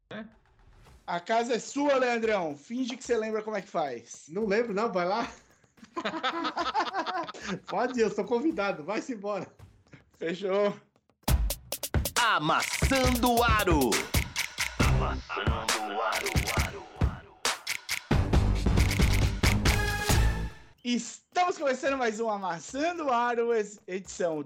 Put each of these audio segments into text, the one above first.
né? A casa é sua, Leandrão. Finge que você lembra como é que faz. Não lembro, não, vai lá. Pode ir, eu sou convidado, vai-se embora. Fechou. Amassando o Aro. Amassando o Aro. Estamos começando mais um Amassando o Aro, edição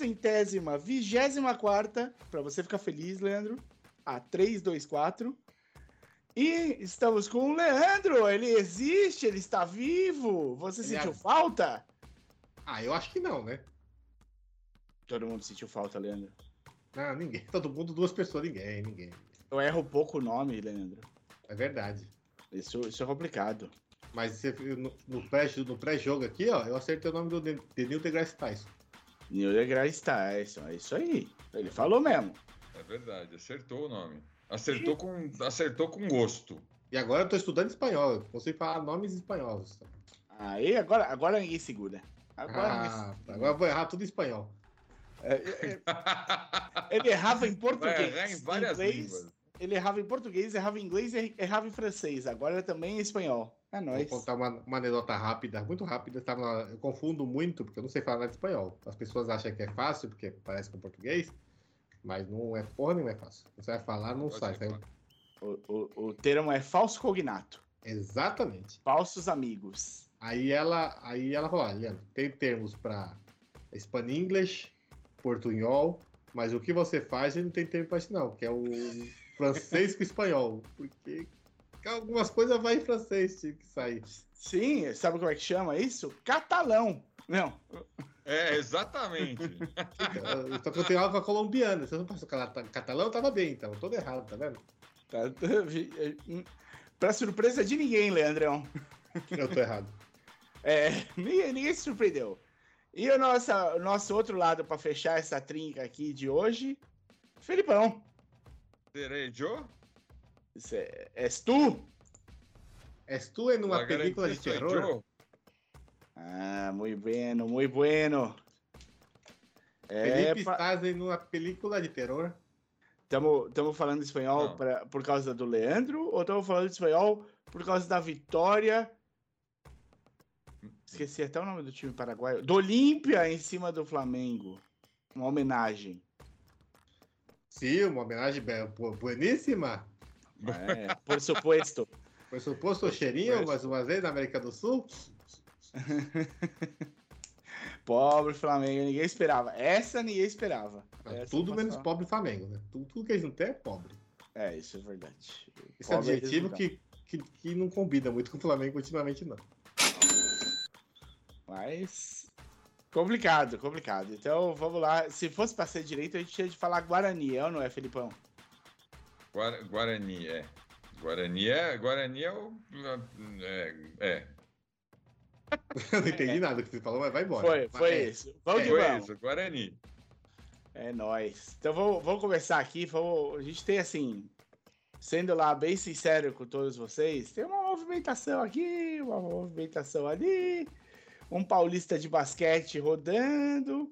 324ª, para você ficar feliz, Leandro, a 324. E estamos com o Leandro, ele existe, ele está vivo. Você sentiu falta? Ah, eu acho que não, né? Todo mundo sentiu falta, Leandro. Não, ninguém. Todo mundo, duas pessoas, ninguém. Eu erro pouco o nome, Leandro. É verdade. Isso é complicado. Mas você, no pré-jogo aqui, ó, eu acertei o nome do Neil deGrasse Tyson. Neil deGrasse Tyson, é isso aí. Ele falou mesmo. É verdade, acertou o nome. Acertou com gosto. E agora eu tô estudando espanhol, eu consigo falar nomes espanhóis. Aí, agora ninguém segura. Agora eu vou errar tudo em espanhol. Ele errava em português. Vai errar em várias línguas. Ele errava em português, errava em inglês e errava em francês. Agora também em espanhol. É nóis. Vou contar uma anedota rápida, muito rápida. Eu confundo muito, porque eu não sei falar nada de espanhol. As pessoas acham que é fácil, porque parece com português, mas não é porra nenhuma, é fácil. Você vai falar, não sai. O termo é falso cognato. Exatamente. Falsos amigos. Aí ela falou, olha, tem termos para Span-English, portunhol, mas o que você faz, ele não tem termo para isso não, que é o francês com espanhol, porque algumas coisas vai em francês, tinha que sair. Sim, sabe como é que chama isso? Catalão. Não. É, exatamente. Então, eu tenho algo com a colombiana, se eu não passo catalão, tava bem, então, todo errado, tá vendo? Pra surpresa de ninguém, Leandrão. Eu tô errado. Ninguém se surpreendeu. E o nosso outro lado para fechar essa trinca aqui de hoje, Felipão. Serei Joe? És tu? És tu em uma película de terror? Ah, muito bueno, muito bueno. Felipe, estás em uma película de terror? Estamos falando espanhol por causa do Leandro ou estamos falando espanhol por causa da vitória? Esqueci até o nome do time paraguaio. Do Olímpia em cima do Flamengo. Uma homenagem. Sim, uma homenagem bueníssima. Por supuesto. Por suposto, cheirinho, mais uma vez, na América do Sul. Pobre Flamengo, ninguém esperava. Essa ninguém esperava. Tudo menos pobre Flamengo, né? Tudo que eles não têm é pobre. Isso é verdade. Esse adjetivo que não combina muito com o Flamengo ultimamente, não. Mas complicado. Então vamos lá. Se fosse pra ser direito, a gente tinha de falar Guarani, é ou não é, Felipão? Guarani, é. Guarani é o. Eu não entendi nada que você falou, mas vai embora. Foi isso. Vamos que vamos. vamos. Isso, Guarani. É nóis. Então vamos começar aqui. A gente tem assim, sendo lá bem sincero com todos vocês, tem uma movimentação aqui, uma movimentação ali. Um paulista de basquete rodando,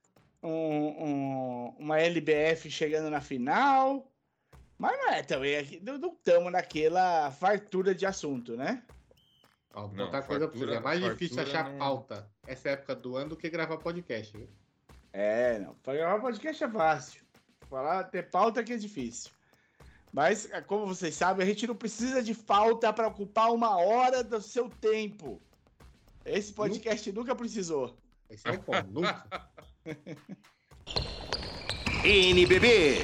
uma LBF chegando na final, mas não é também aqui, não estamos naquela fartura de assunto, né? Vou contar coisa pra vocês, é mais difícil achar pauta essa época do ano do que gravar podcast, viu? Pra gravar podcast é fácil, ter pauta que é difícil. Mas, como vocês sabem, a gente não precisa de pauta para ocupar uma hora do seu tempo. Esse podcast nunca precisou. Esse é o ponto, nunca. NBB.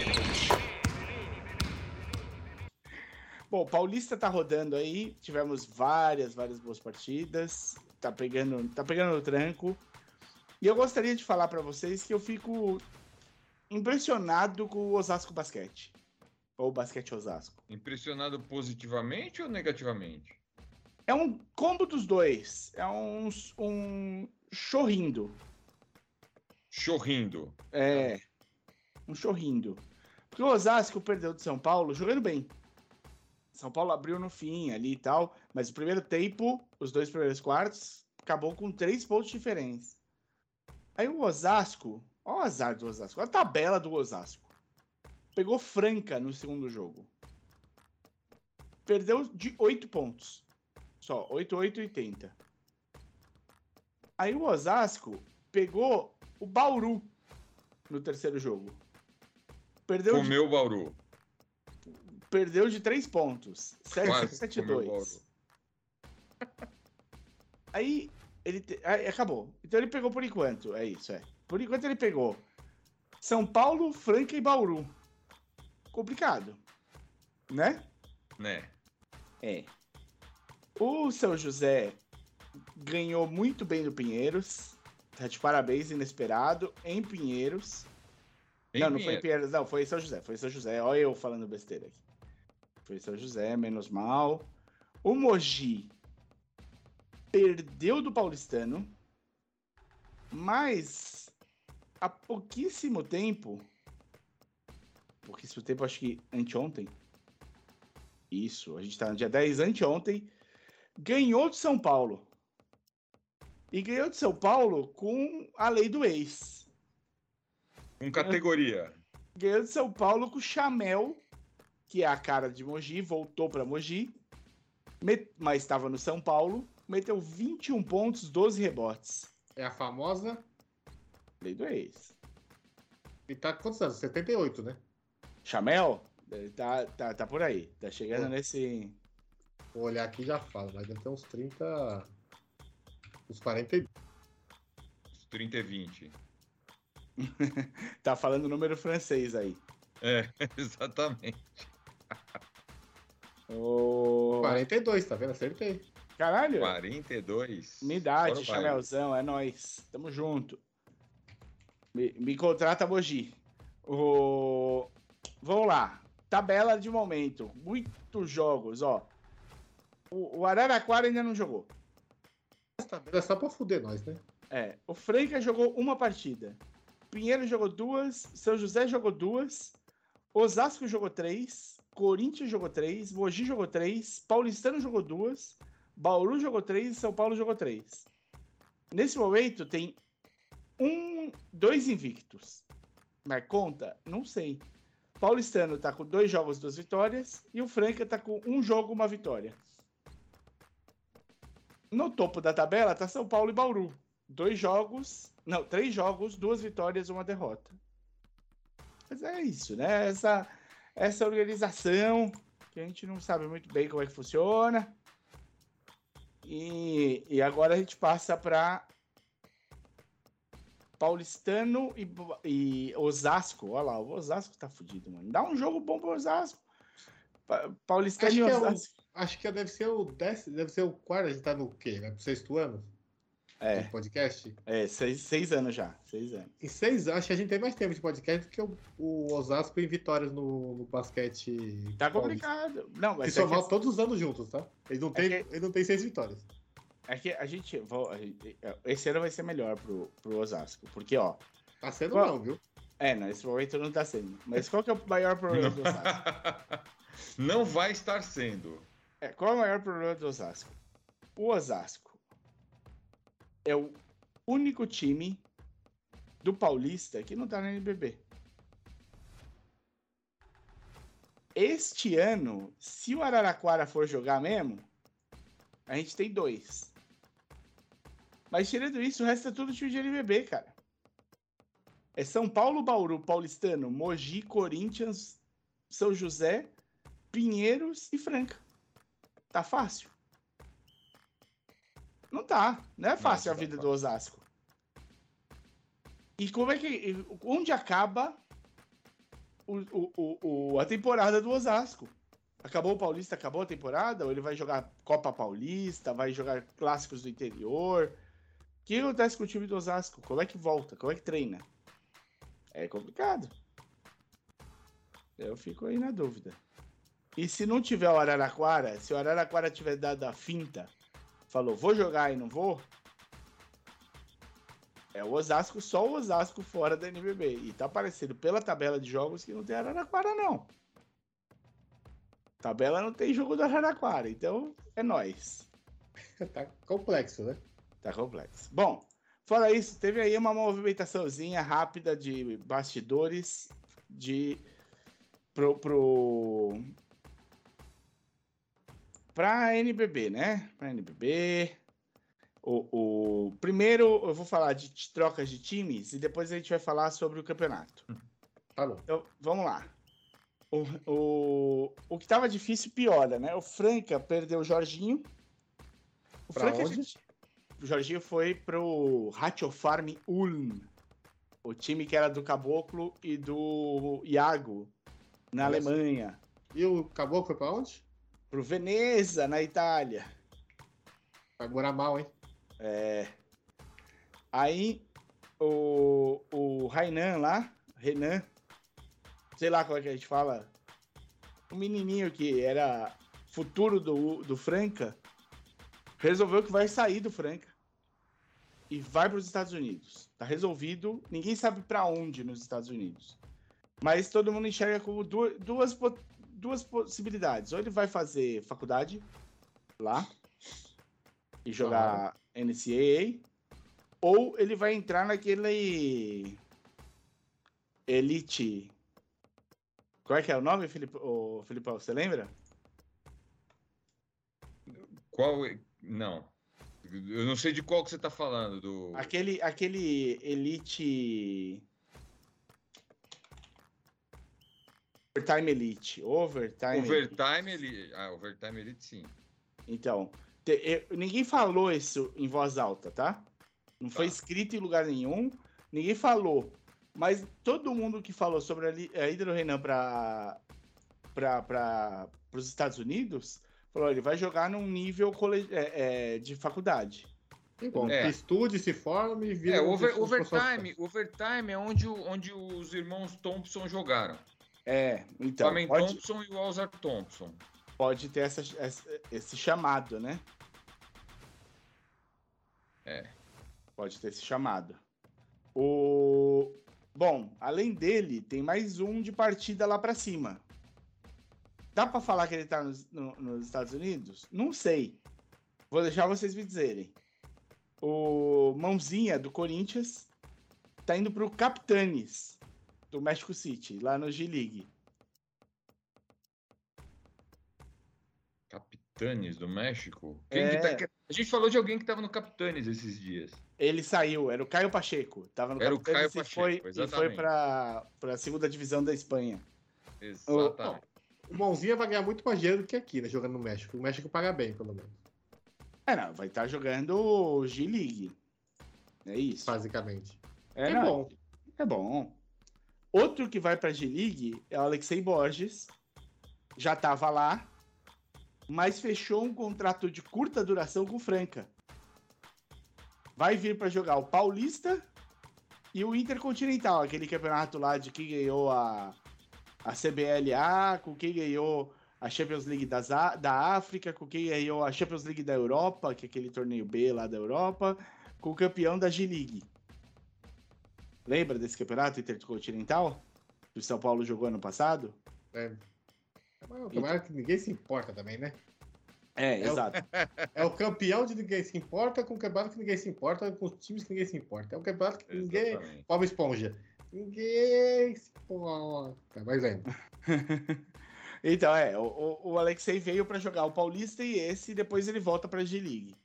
Bom, o Paulista tá rodando aí. Tivemos várias boas partidas. Tá pegando no tranco. E eu gostaria de falar para vocês que eu fico impressionado com o Osasco Basquete. Ou Basquete Osasco. Impressionado positivamente ou negativamente? É um combo dos dois. É um chorrindo. Chorrindo. Um chorrindo. Porque o Osasco perdeu de São Paulo jogando bem. São Paulo abriu no fim ali e tal, mas o primeiro tempo, os 2 primeiros quartos, acabou com 3 pontos diferentes. Aí o Osasco, olha o azar do Osasco, olha a tabela do Osasco. Pegou Franca no segundo jogo. perdeu de 8 pontos. Só, 8, 8, 80. Aí o Osasco pegou o Bauru no terceiro jogo. Comeu o Bauru. Perdeu de 3 pontos. 7-2. Aí aí acabou. Então ele pegou por enquanto. É isso, é. Por enquanto ele pegou São Paulo, Franca e Bauru. Complicado. Né? Né? É. O São José ganhou muito bem do Pinheiros. Tá de parabéns, inesperado. Em Pinheiros. Não foi em Pinheiros, não. Foi em São José. Foi em São José. Olha eu falando besteira aqui. Foi em São José, menos mal. O Mogi perdeu do Paulistano. Mas há pouquíssimo tempo. Acho que anteontem. Isso, a gente tá no dia 10, anteontem. Ganhou de São Paulo. E ganhou de São Paulo com a lei do ex. Com categoria. Ganhou de São Paulo com o Chamel, que é a cara de Mogi, voltou para Mogi, mas estava no São Paulo, meteu 21 pontos, 12 rebotes. É a famosa lei do ex. E tá com quantos anos? 78, né? Chamel? Tá por aí. Tá chegando nesse... Vou olhar aqui e já falo. Mas deve ter uns 30... Uns 40 e... Uns 30 e 20. Tá falando o número francês aí. É, exatamente. 42, tá vendo? Acertei. Caralho. 42. Me idade, Chamelzão, é nóis. Tamo junto. Me contrata, Mogi. Vamos lá. Tabela de momento. Muitos jogos, ó. O Araraquara ainda não jogou. Essa tabela é só pra fuder nós, né? É. O Franca jogou uma partida. Pinheiro jogou 2. São José jogou 2. Osasco jogou 3. Corinthians jogou 3. Mogi jogou 3. Paulistano jogou 2. Bauru jogou 3 e São Paulo jogou 3. Nesse momento tem 2 invictos. Mas conta? Não sei. Paulistano tá com 2 jogos, 2 vitórias. E o Franca tá com 1 jogo, 1 vitória. No topo da tabela tá São Paulo e Bauru. 3 jogos, 2 vitórias, 1 derrota. Mas é isso, né? Essa organização que a gente não sabe muito bem como é que funciona. E agora a gente passa para Paulistano e Osasco. Olha lá, o Osasco tá fudido, mano. Dá um jogo bom pro Osasco. Paulistano e Osasco. Acho que deve ser o 10, deve ser o quarto. A gente tá no quê? Vai pro 6º ano? De podcast? 6 anos já. 6 anos. Em 6 anos, acho que a gente tem mais tempo de podcast do que o Osasco em vitórias no basquete. Tá complicado. Não, mas se somar todos os anos juntos, tá? Ele não tem 6 vitórias. É que a gente. Esse ano vai ser melhor pro Osasco. Porque, ó. Tá sendo não, viu? Nesse momento não tá sendo. Mas qual que é o maior problema do Osasco? Não vai estar sendo. Qual é o maior problema do Osasco? O Osasco é o único time do Paulista que não tá na NBB. Este ano, se o Araraquara for jogar mesmo, a gente tem 2. Mas tirando isso, o resto é tudo time de NBB, cara. É São Paulo, Bauru, Paulistano, Mogi, Corinthians, São José, Pinheiros e Franca. Tá fácil? Não tá. Não é fácil a vida do Osasco. E como é que... Onde acaba a temporada do Osasco? Acabou o Paulista, acabou a temporada? Ou ele vai jogar Copa Paulista? Vai jogar clássicos do interior? O que acontece com o time do Osasco? Como é que volta? Como é que treina? É complicado. Eu fico aí na dúvida. E se não tiver o Araraquara, se o Araraquara tiver dado a finta, falou, vou jogar e não vou, é o Osasco, só o Osasco fora da NBB. E tá aparecendo pela tabela de jogos que não tem Araraquara, não. Tabela não tem jogo do Araraquara, então é nóis. Tá complexo, né? Tá complexo. Bom, fora isso, teve aí uma movimentaçãozinha rápida de bastidores pro Pra NBB, né? Pra NBB. Primeiro eu vou falar de trocas de times e depois a gente vai falar sobre o campeonato. Tá bom. Então, vamos lá. O que tava difícil piora, né? O Franca perdeu o Jorginho. Pra onde? O Jorginho foi pro Ratio Farm Ulm, o time que era do Caboclo e do Iago, na Olha só. Alemanha. E o Caboclo foi pra onde? Pro Veneza, na Itália. Vai morar mal, hein? Aí o Renan lá, sei lá como é que a gente fala, o menininho que era futuro do Franca, resolveu que vai sair do Franca e vai para os Estados Unidos. Tá resolvido, ninguém sabe para onde nos Estados Unidos. Mas todo mundo enxerga como duas possibilidades. Ou ele vai fazer faculdade lá e jogar NCAA, ou ele vai entrar naquele Elite. Qual é que é o nome, Filipão? Você lembra? Qual? Não. Eu não sei de qual que você tá falando. Aquele Elite. Overtime Elite. Overtime Elite. Overtime Elite, sim. Então, ninguém falou isso em voz alta, tá? Não foi escrito em lugar nenhum, ninguém falou. Mas todo mundo que falou sobre a ida do Renan para os Estados Unidos, falou, ele vai jogar num nível de faculdade. Que bom, que estude, se forme e vira... Overtime é onde os irmãos Thompson jogaram. Então... O Thompson e o Ozar Thompson. Pode ter esse chamado, né? Pode ter esse chamado. Bom, além dele, tem mais um de partida lá pra cima. Dá pra falar que ele tá nos Estados Unidos? Não sei. Vou deixar vocês me dizerem. O Mãozinha, do Corinthians, tá indo pro Capitanes, do México City, lá no G-League. Capitanes do México? A gente falou de alguém que tava no Capitanes esses dias. Ele saiu, era o Caio Pacheco. Tava no Capitanes e foi pra segunda divisão da Espanha. Exatamente. O Mãozinha vai ganhar muito mais dinheiro do que aqui, né? Jogando no México. O México paga bem, pelo menos. Não, vai estar jogando G-League. É isso. Basicamente. Bom. É bom. Outro que vai pra G-League é o Alexei Borges. Já tava lá, mas fechou um contrato de curta duração com o Franca. Vai vir para jogar o Paulista e o Intercontinental, aquele campeonato lá de quem ganhou a CBLA, com quem ganhou a Champions League da África, com quem ganhou a Champions League da Europa, que é aquele torneio B lá da Europa, com o campeão da G-League. Lembra desse campeonato Intercontinental que o São Paulo jogou ano passado? Tomara que ninguém se importa também, né? Exato. É o campeão de ninguém se importa com o campeonato que ninguém se importa, com os times que ninguém se importa. É um campeonato que ninguém... Bob Esponja. Ninguém se importa. Mas lembra. Então, o Alexei veio para jogar o Paulista e depois ele volta para a G-League.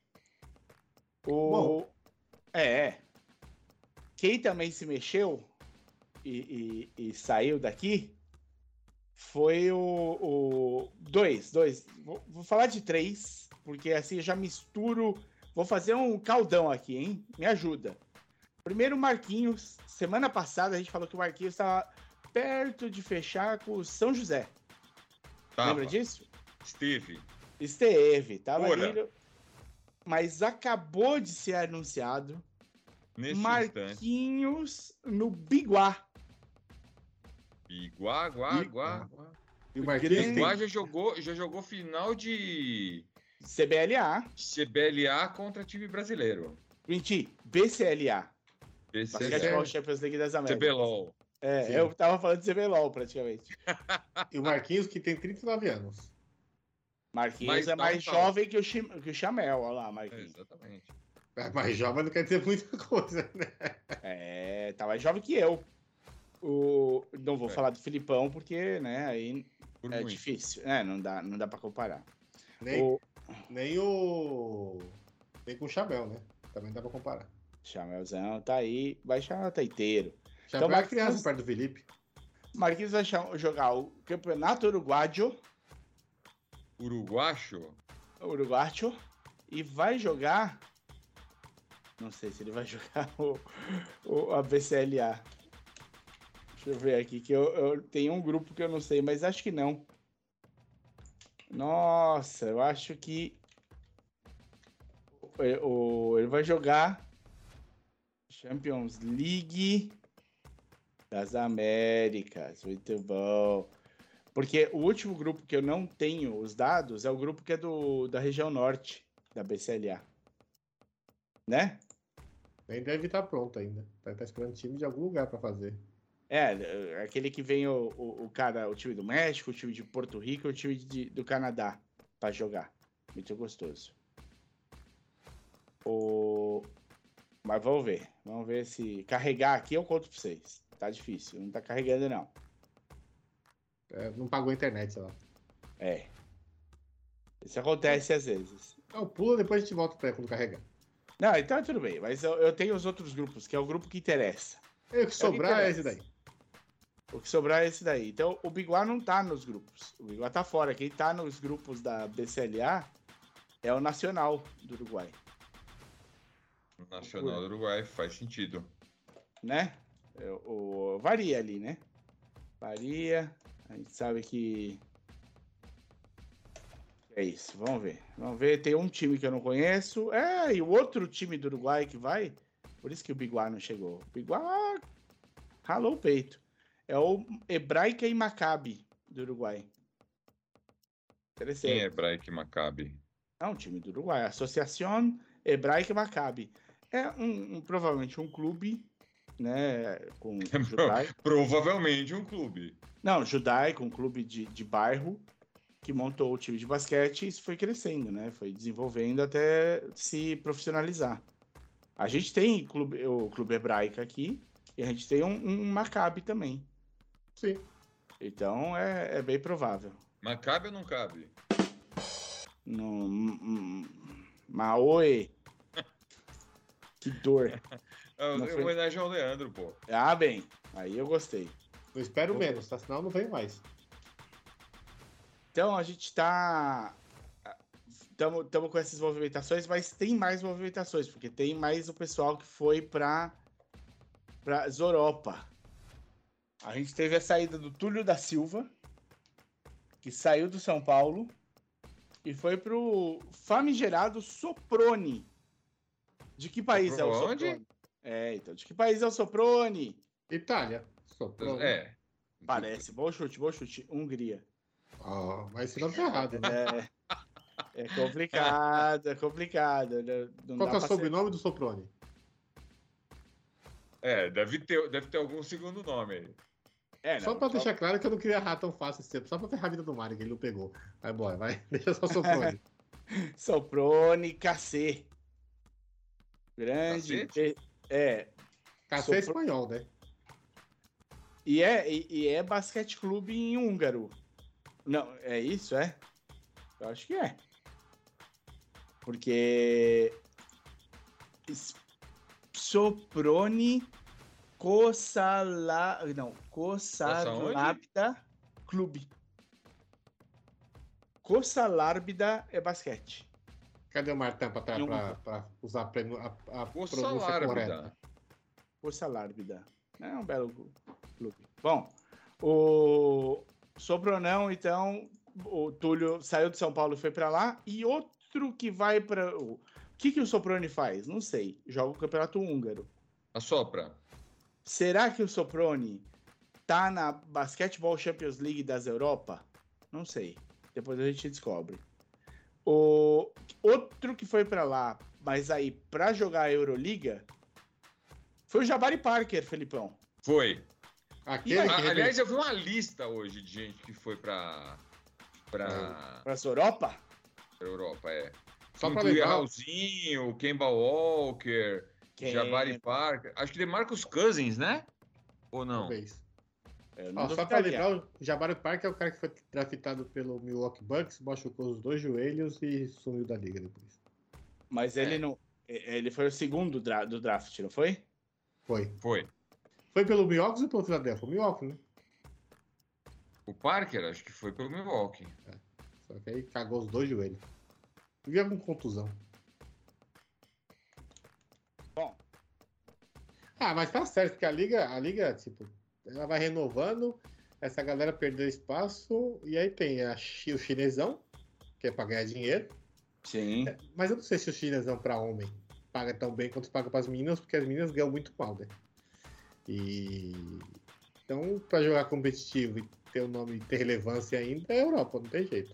Quem também se mexeu e saiu daqui foi dois. Vou falar de três, porque assim eu já misturo. Vou fazer um caldão aqui, hein? Me ajuda. Primeiro, o Marquinhos. Semana passada a gente falou que o Marquinhos estava perto de fechar com o São José. Lembra disso? Esteve. Tava ali, mas acabou de ser anunciado Marquinhos no Biguá. Biguá. E o Marquinhos Biguá já jogou final de CBLA contra time brasileiro. Menti, BCLA. Basquetebol Champions League das Américas. CBLOL. Eu tava falando de CBLOL praticamente. E o Marquinhos, que tem 39 anos. Marquinhos é mais jovem que o Chamel, olha lá, Marquinhos. Exatamente. Mais jovem não quer dizer muita coisa, né? Tá mais jovem que eu. Não vou falar do Filipão, porque, né, aí difícil. Não dá pra comparar. Nem, nem o... Nem com o Chabel, né? Também dá pra comparar. Chamelzão tá aí, vai chamar tá inteiro. Chabel é criança Marquinhos, perto do Felipe. Marquinhos vai jogar o Campeonato Uruguaio, Uruguacho? e vai jogar. Não sei se ele vai jogar a BCLA. Deixa eu ver aqui, que eu tenho um grupo que eu não sei, mas acho que não. Nossa, eu acho que ele vai jogar Champions League das Américas. Muito bom. Porque o último grupo que eu não tenho os dados é o grupo que é da região norte da BCLA. Né? Nem deve estar pronto ainda. Tá esperando time de algum lugar pra fazer. É, aquele que vem o time do México, o time de Porto Rico e o time do Canadá pra jogar. Muito gostoso. Mas vamos ver. Vamos ver se carregar aqui eu conto pra vocês. Tá difícil, não tá carregando não. Não pagou a internet, sei lá. É. Isso acontece às vezes. Não, pula, depois a gente volta pra quando carregar. Não, então tudo bem. Mas eu tenho os outros grupos, que é o grupo que interessa. O que sobrar é esse daí. O que sobrar é esse daí. Então, o Biguá não tá nos grupos. O Biguá tá fora. Quem tá nos grupos da BCLA é o Nacional do Uruguai. O Nacional do Uruguai, faz sentido. Né? Varia ali, né? Varia. A gente sabe que... É isso. Vamos ver. Vamos ver. Tem um time que eu não conheço. E o outro time do Uruguai que vai... Por isso que o Biguá não chegou. O Biguá ralou o peito. É o Hebraica e Maccabi do Uruguai. Interessante. Quem é Hebraica e Maccabi? É um time do Uruguai. Associação Hebraica e Maccabi. É provavelmente um clube, né? Com judaico. Provavelmente um clube. Não, judaico, um clube de bairro que montou o time de basquete e isso foi crescendo, né? Foi desenvolvendo até se profissionalizar. A gente tem o clube hebraico aqui e a gente tem um Maccabi também. Sim. Então é bem provável. Mas cabe ou não cabe? Maoe. Que dor. Em homenagem ao Leandro, pô. Ah, bem. Aí eu gostei. Eu espero menos, tá? Senão não vem mais. Então a gente tá... Estamos com essas movimentações, mas tem mais movimentações, porque tem mais o pessoal que foi para Europa. A gente teve a saída do Túlio da Silva, que saiu do São Paulo e foi pro famigerado Soproni. De que país é o Soproni? Então, de que país é o Soproni? Itália. Soproni. Parece. Bom chute. Hungria. Mas esse nome tá errado, né? É complicado. Qual que é o sobrenome do Soproni? Deve ter algum segundo nome aí. Só pra deixar claro que eu não queria errar tão fácil esse tempo, só pra ferrar a vida do Mário, que ele não pegou. Vai embora, vai. Deixa só o Soproni. Soproni KC. Grande. KC é espanhol, né? E é basquete clube em húngaro. Não, é isso, é? Eu acho que é. Porque Soproni Kossalarbida Clube. Kossalarbida é basquete. Cadê o Martão pra usar a pronúncia correta? Kossalarbida. É um belo clube. Bom, o Sopronão, então, o Túlio saiu de São Paulo e foi para lá. E outro que vai para... O que o Soproni faz? Não sei. Joga o campeonato húngaro. Assopra. Será que o Soproni tá na Basketball Champions League das Europa? Não sei. Depois a gente descobre. O outro que foi para lá, mas aí para jogar a Euroliga, foi o Jabari Parker, Felipão. Foi. Aliás, eu vi uma lista hoje de gente que foi pra Europa? Pra Europa, Só pra lembrar. Raulzinho, Kemba Walker, Jabari Parker. Acho que tem Marcus Cousins, né? Ou não? Talvez. Eu não Ó, só pra duvidaria. lembrar, o Jabari Parker é o cara que foi draftado pelo Milwaukee Bucks, machucou os 2 joelhos e sumiu da liga depois. Mas ele não. Ele foi o segundo do draft, não foi? Foi. Foi. Foi pelo Milwaukee ou pelo Philadelphia? O Milwaukee, né? O Parker, acho que foi pelo Milwaukee. Só que aí cagou os 2 joelhos. Via com contusão. Bom. Mas tá certo, porque a liga, tipo, ela vai renovando, essa galera perdeu espaço, e aí tem o chinesão, que é pra ganhar dinheiro. Sim. Mas eu não sei se o chinesão pra homem paga tão bem quanto paga pras meninas, porque as meninas ganham muito mal, né? Então, pra jogar competitivo e ter o nome e ter relevância ainda, é a Europa, não tem jeito.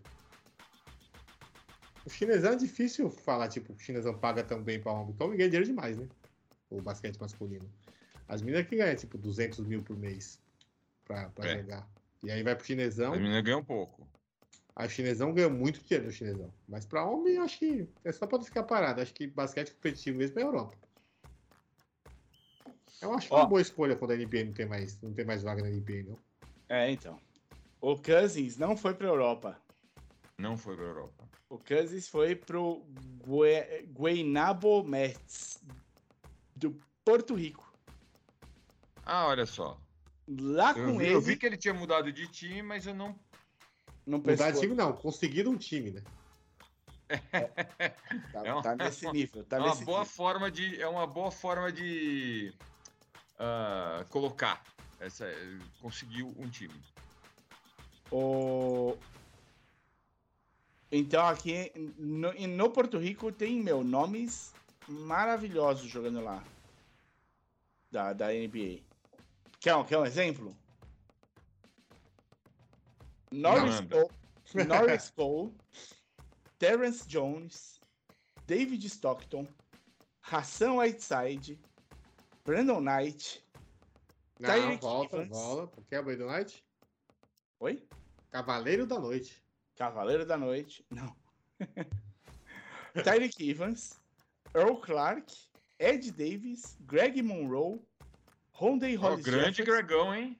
O chinesão é difícil falar, tipo, o chinesão paga tão bem pra homem, porque o homem ganha dinheiro demais, né? O basquete masculino. As meninas que ganham, tipo, 200 mil por mês pra jogar. E aí vai pro chinesão. As meninas ganham pouco. A chinesão ganha muito dinheiro no chinesão. Mas pra homem, eu acho que é só pra não ficar parado. Acho que basquete competitivo mesmo é a Europa. Eu acho que é uma boa escolha quando a NBA não tem mais vaga na NBA, não. Então. O Cousins não foi pra Europa. Não foi pra Europa. O Cousins foi pro Guaynabo Mets, do Porto Rico. Ah, olha só. Lá com ele... Eu vi que ele tinha mudado de time, mas eu não... Não mudar de time, não. Conseguiram um time, né? Tá nesse nível. É uma boa forma de colocar. Conseguiu um time. Então aqui no Porto Rico tem, nomes maravilhosos jogando lá. Da NBA. Quer um exemplo? Norris Cole, Terrence Jones, David Stockton, Hassan Whiteside, Brandon Knight, Não, volta. Quer o Brandon Knight? Oi? Cavaleiro da Noite. Cavaleiro da Noite. Não. Tyreek Evans, Earl Clark, Ed Davis, Greg Monroe, Rondé Hollis grande Jefferson. Gregão, hein?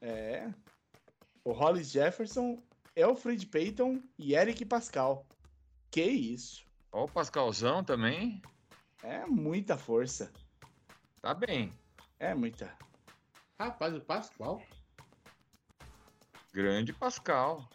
O Hollis Jefferson, Elfrid Payton e Eric Pascal. Que isso? Ó, o Pascalzão também. É muita força. Tá bem. É muita. Rapaz, o Pascal. Grande Pascal.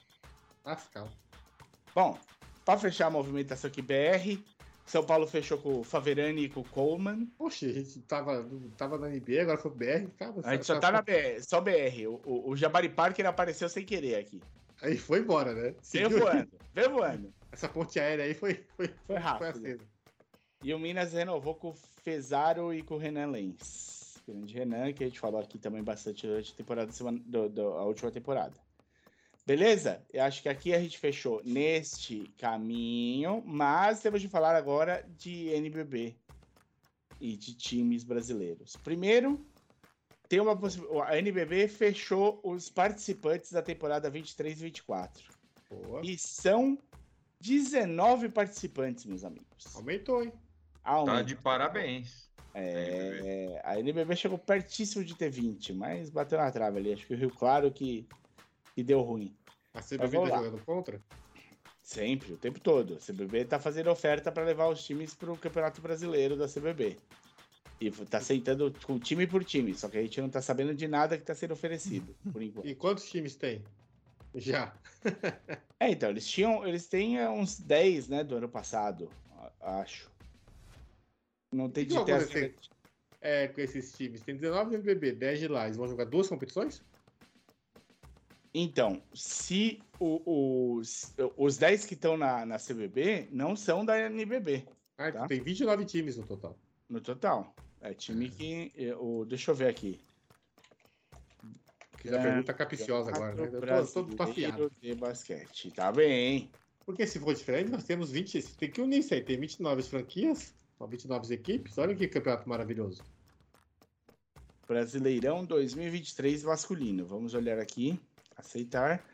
Bom, para fechar a movimentação aqui, BR, São Paulo fechou com o Faverani e com o Coleman. Poxa, a gente tava na NBA, agora foi BR. Cara, A gente só tá na BR, só BR. O Jabari Parker apareceu sem querer aqui. Aí foi embora, né? Veio voando. Essa ponte aérea aí foi rápido. Foi acesa. E o Minas renovou com o Fezaro e com o Renan Lenz. Grande Renan, que a gente falou aqui também bastante durante a temporada, a última temporada. Beleza? Eu acho que aqui a gente fechou neste caminho, mas temos de falar agora de NBB e de times brasileiros. Primeiro, tem uma a NBB fechou os participantes da temporada 23 e 24. Boa. E são 19 participantes, meus amigos. Aumentou, hein? Tá de parabéns. A NBB chegou pertíssimo de ter 20, mas bateu na trave ali. Acho que o Rio Claro que deu ruim. A CBB tá jogando contra? Sempre, o tempo todo. A CBB tá fazendo oferta para levar os times pro Campeonato Brasileiro da CBB. E tá aceitando com time por time, só que a gente não tá sabendo de nada que tá sendo oferecido, por enquanto. E quantos times tem? Já. Então, eles têm uns 10, né, do ano passado, acho. Não tem de ter com esses times. Tem 19 no NBB, 10 de lá. Eles vão jogar 2 competições? Então, se os 10 que estão na CBB não são da NBB. Tá? Então tem 29 times no total. No total. É time que... deixa eu ver aqui. Fiz a pergunta capiciosa agora, né? Eu tô afiado. De basquete. Tá bem. Porque se for diferente, nós temos 20... Tem que unir isso aí. Tem 29 franquias, 29 equipes. Olha que campeonato maravilhoso. Brasileirão 2023 masculino. Vamos olhar aqui. Aceitar.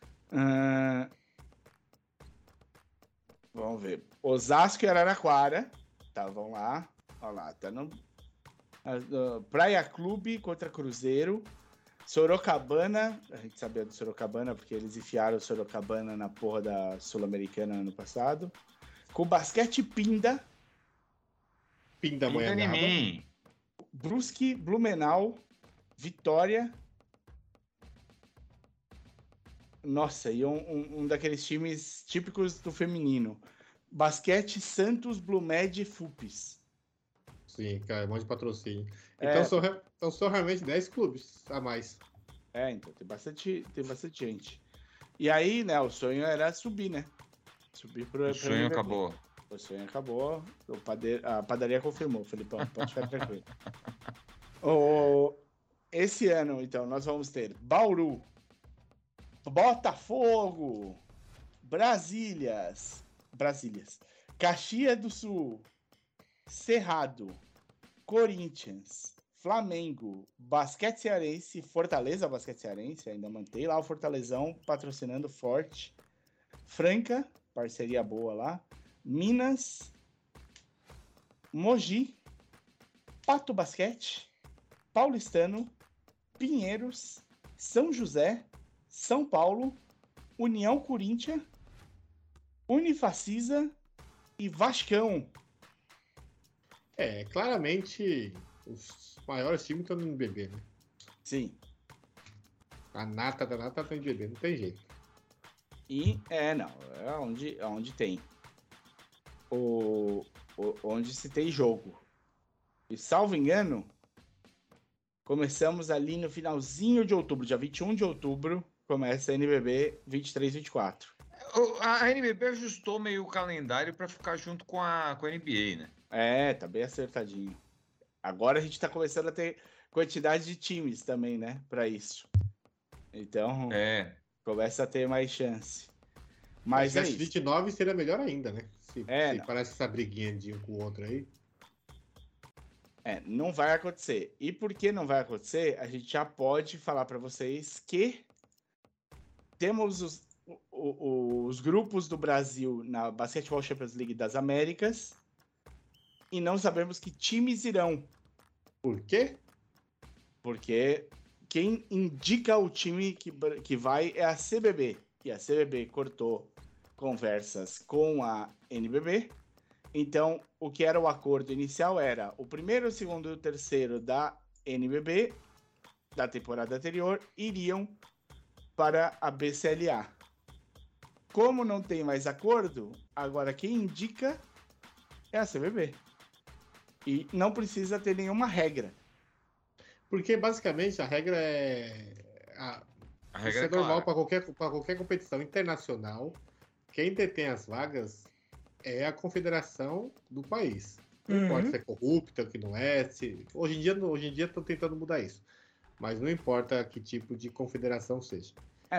Vamos ver. Osasco e Araraquara estavam lá. Olha lá, tá no Praia Clube contra Cruzeiro, Sorocabana, a gente sabia do Sorocabana, porque eles enfiaram o Sorocabana na porra da Sul-Americana ano passado. Com Basquete Pinda, Pindamonhangaba. Mim. Brusque, Blumenau, Vitória. Nossa, e um daqueles times típicos do feminino. Basquete Santos, Blumed e Fupes. Sim, cara, um monte de patrocínio. É. Então são realmente 10 clubes a mais. Então tem bastante gente. E aí, né, o sonho era subir, né? Subir pro O sonho acabou. O sonho acabou. A padaria confirmou, Felipão. Pode ficar tranquilo. Esse ano, então, nós vamos ter Bauru, Botafogo, Brasílias, Caxias do Sul, Cerrado, Corinthians, Flamengo, Basquete Cearense, Fortaleza Basquete Cearense, ainda mantém lá o Fortalezão patrocinando forte, Franca, parceria boa lá, Minas, Mogi, Pato Basquete, Paulistano, Pinheiros, São José, São Paulo, União Corinthians, Unifacisa e Vascão. Claramente os maiores times estão no NBB, né? Sim. A nata da nata tá no NBB, não tem jeito. E é onde tem. Onde se tem jogo. E salvo engano, começamos ali no finalzinho de outubro, dia 21 de outubro, começa a NBB 23-24. A NBB ajustou meio o calendário para ficar junto com a NBA, né? Tá bem acertadinho. Agora a gente tá começando a ter quantidade de times também, né, para isso. Então, começa a ter mais chance. Mas se 29 seria melhor ainda, né? Se não. parece essa briguinha de um com o outro aí. Não vai acontecer. E por que não vai acontecer? A gente já pode falar para vocês que temos os grupos do Brasil na Basketball Champions League das Américas e não sabemos que times irão. Por quê? Porque quem indica o time que vai é a CBB. E a CBB cortou conversas com a NBB. Então, o que era o acordo inicial era o primeiro, o segundo e o terceiro da NBB, da temporada anterior, iriam para a BCLA. Como não tem mais acordo, agora quem indica é a CBB. E não precisa ter nenhuma regra. Porque, basicamente, a regra é... A regra Isso é normal para qualquer competição internacional. Quem detém as vagas é a confederação do país. Não importa se é corrupta, que não é. Hoje em dia estão tentando mudar isso. Mas não importa que tipo de confederação seja.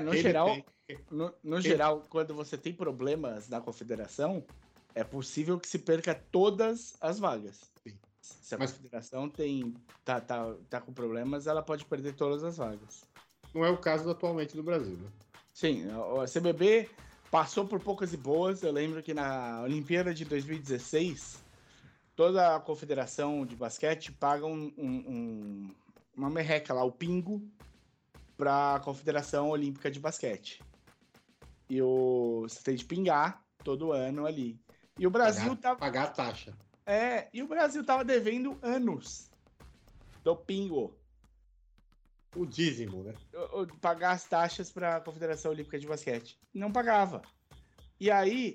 No geral, quando você tem problemas na confederação, é possível que se perca todas as vagas. Sim. Se a confederação tá com problemas, ela pode perder todas as vagas. Não é o caso atualmente do Brasil, né? Sim, a CBB passou por poucas e boas. Eu lembro que na Olimpíada de 2016, toda a confederação de basquete paga uma merreca lá, o pingo, para a Confederação Olímpica de Basquete. E você tem de pingar todo ano ali. E o Brasil pagar a taxa. E o Brasil tava devendo anos do pingo. O dízimo, né? Pagar as taxas para a Confederação Olímpica de Basquete. Não pagava. E aí,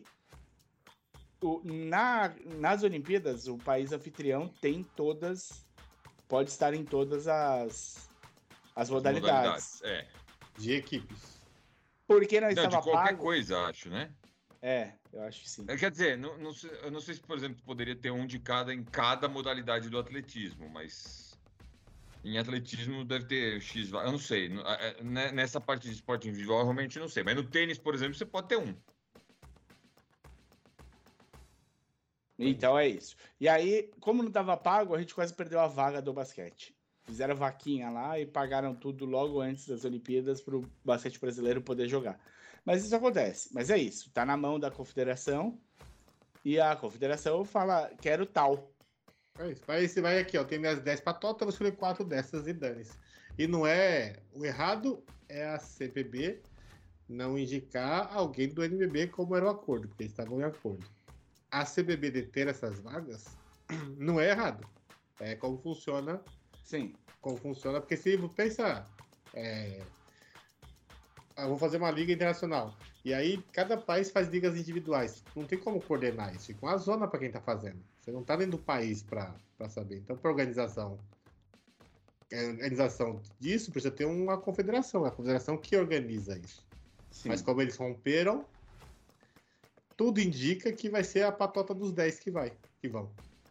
nas Olimpíadas, o país anfitrião pode estar em todas as modalidades. De equipes. Porque não estava de qualquer pago. coisa, acho, né? Eu acho que sim. Quer dizer, eu não sei se, por exemplo, poderia ter um de cada em cada modalidade do atletismo, mas em atletismo deve ter X, eu não sei. Nessa parte de esporte individual, realmente não sei. Mas no tênis, por exemplo, você pode ter um. Então é isso. E aí, como não estava pago, a gente quase perdeu a vaga do basquete. Fizeram vaquinha lá e pagaram tudo logo antes das Olimpíadas para o basquete brasileiro poder jogar. Mas isso acontece. Mas é isso. Tá na mão da confederação e a confederação fala, quero tal. É isso. Aí você vai aqui, ó. Tem minhas 10 patotas, eu vou escolher 4 dessas e dane-se. E não é... O errado é a CBB não indicar alguém do NBB como era o acordo, porque eles estavam em acordo. A CBB deter essas vagas não é errado. É como funciona, Sim. porque se pensar, vou fazer uma liga internacional, e aí cada país faz ligas individuais, não tem como coordenar isso, fica uma zona para quem tá fazendo. Você não tá dentro do país para saber. Então, para organização disso, precisa ter uma confederação, a confederação que organiza isso. Sim. Mas como eles romperam, tudo indica que vai ser a patota dos 10 que vão.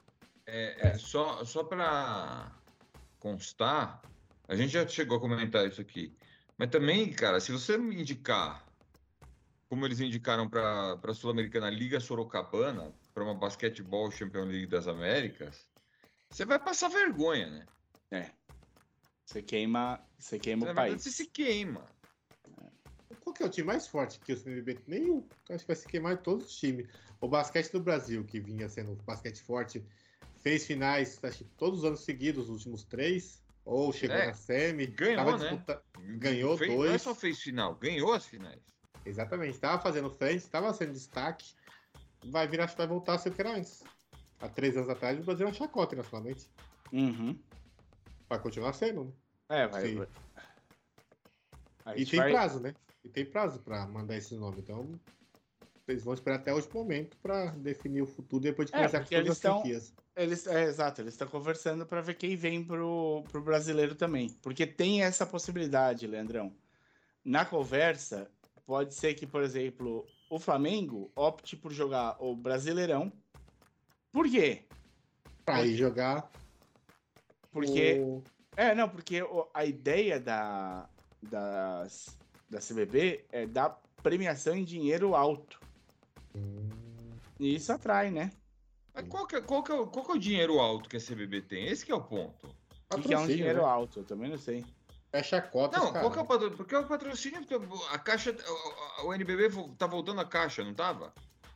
Só para constar, a gente já chegou a comentar isso aqui. Mas também, cara, se você me indicar, como eles indicaram para a Sul-Americana Liga Sorocabana, para uma Basquetebol Champions League das Américas, você vai passar vergonha, né? Você queima o Na país. verdade, você se queima. Qual que é o time mais forte que o CNBB? Acho que vai se queimar todos os times. O basquete do Brasil, que vinha sendo basquete forte, fez finais, acho que todos os anos seguidos, os últimos 3, ou chegou na semi. Ganhou, né? Ganhou 2. Não é só fez final, ganhou as finais. Exatamente, estava fazendo frente, estava sendo destaque. Vai voltar a ser o que era antes. Há 3 anos atrás, o Brasil era chacota nacionalmente. Uhum. Vai continuar sendo, né? Vai. Sim. A E gente tem vai- prazo, né? E tem prazo para mandar esse nome. Então, eles vão esperar até o último momento para definir o futuro depois de começar com porque todas eles as franquias. Exato, eles estão conversando para ver quem vem pro brasileiro também. Porque tem essa possibilidade, Leandrão. Na conversa, pode ser que, por exemplo, o Flamengo opte por jogar o Brasileirão. Por quê? Para ir jogar. Porque. Porque a ideia da CBB é dar premiação em dinheiro alto. E isso atrai, né? Mas qual que é o dinheiro alto que a CBB tem? Esse que é o ponto. O que é um dinheiro né? alto? Eu também não sei. É chacota, Não, cara. qual que é o patrocínio? Porque o patrocínio, a Caixa, o NBB tá voltando a Caixa, não tava?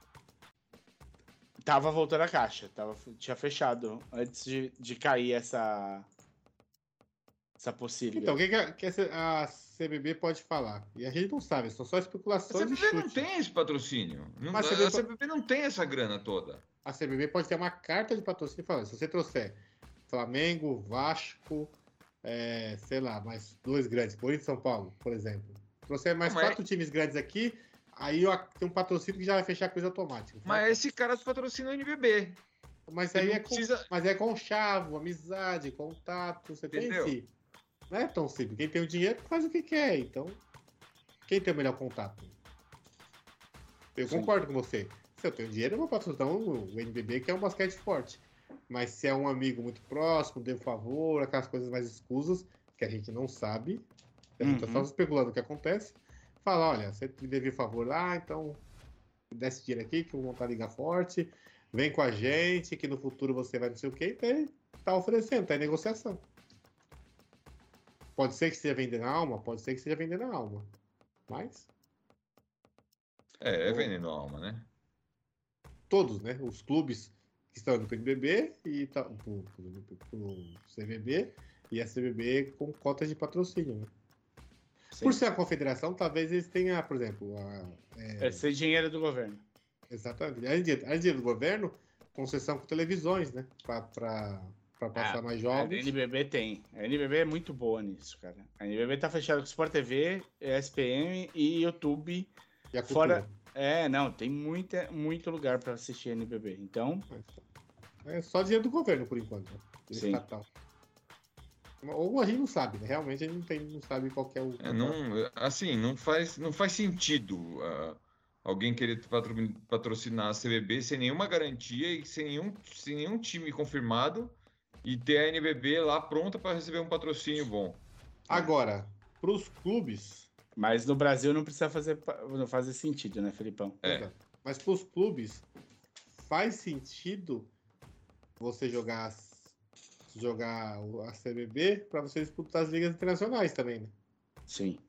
Tava voltando a caixa. Tinha fechado antes de cair essa possível. Então, o que a CBB pode falar? E a gente não sabe, são só A especulações e CBB não chute. tem esse patrocínio. Mas A CBB não tem essa grana toda. A CBB pode ter uma carta de patrocínio falando, se você trouxer Flamengo, Vasco, sei lá, mais 2 grandes, Corinthians e São Paulo, por exemplo. Trouxer mais 4 times grandes aqui, aí tem um patrocínio que já vai fechar coisa automática. Mas esse cara patrocina o NBB. Mas Ele aí não precisa- mas é conchavo, amizade, contato, você Entendeu? tem em si. Não é tão simples. Quem tem o dinheiro faz o que quer, então quem tem o melhor contato? Eu Sim. concordo com você. Se eu tenho dinheiro, eu vou patrocinar o NBB, que é um basquete forte. Mas se é um amigo muito próximo, dê um favor, aquelas coisas mais escusas, que a gente não sabe, a gente tá só especulando o que acontece, fala, olha, você me devia favor lá, então dá esse dinheiro aqui, que eu vou montar a liga forte, vem com a gente, que no futuro você vai não sei o quê, então tá oferecendo, tá em negociação. Pode ser que esteja vendendo a alma, pode ser que esteja vendendo a alma. Mas vendendo alma, né? todos, né? Os clubes que estão indo pro NBB e pro CBB e a CBB com cotas de patrocínio, né? Sim. Por ser a confederação, talvez eles tenham, por exemplo, Ser dinheiro do governo. exatamente, além de dinheiro do governo, concessão com televisões, né? Para passar mais A jogos. NBB tem. A NBB é muito boa nisso, cara. A NBB tá fechada com Sport TV, ESPN e YouTube. E a Fora. cultura. Tem muito lugar pra assistir a NBB. Então, É só dinheiro do governo, por enquanto. Né? Sim. Estatal. Ou a gente não sabe, né? Realmente a gente não sabe qual que é o. Não faz sentido alguém querer patrocinar a CBB sem nenhuma garantia e sem nenhum time confirmado e ter a NBB lá pronta para receber um patrocínio bom. Agora, para os clubes. mas no Brasil não precisa não fazer sentido, né, Felipão? Mas para os clubes, faz sentido você jogar a CBB para você disputar as ligas internacionais também, né? Sim.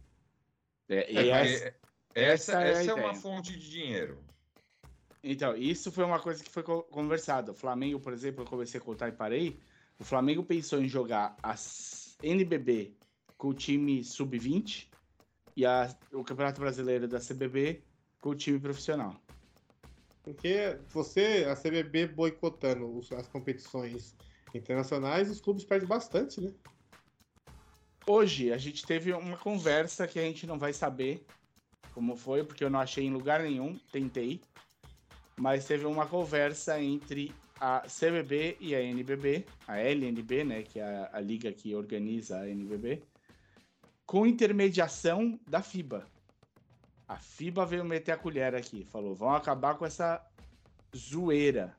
Essa a é uma ideia. fonte de dinheiro. Então, isso foi uma coisa que foi conversada. O Flamengo, por exemplo, eu comecei a contar e parei. O Flamengo pensou em jogar as NBB com o time sub-20 e o Campeonato Brasileiro da CBB com o time profissional. Porque a CBB boicotando as competições internacionais, os clubes perdem bastante, né? Hoje a gente teve uma conversa que a gente não vai saber como foi, porque eu não achei em lugar nenhum, tentei, mas teve uma conversa entre a CBB e a NBB, a LNB, né, que é a liga que organiza a NBB, com intermediação da FIBA. A FIBA veio meter a colher aqui, falou, vão acabar com essa zoeira.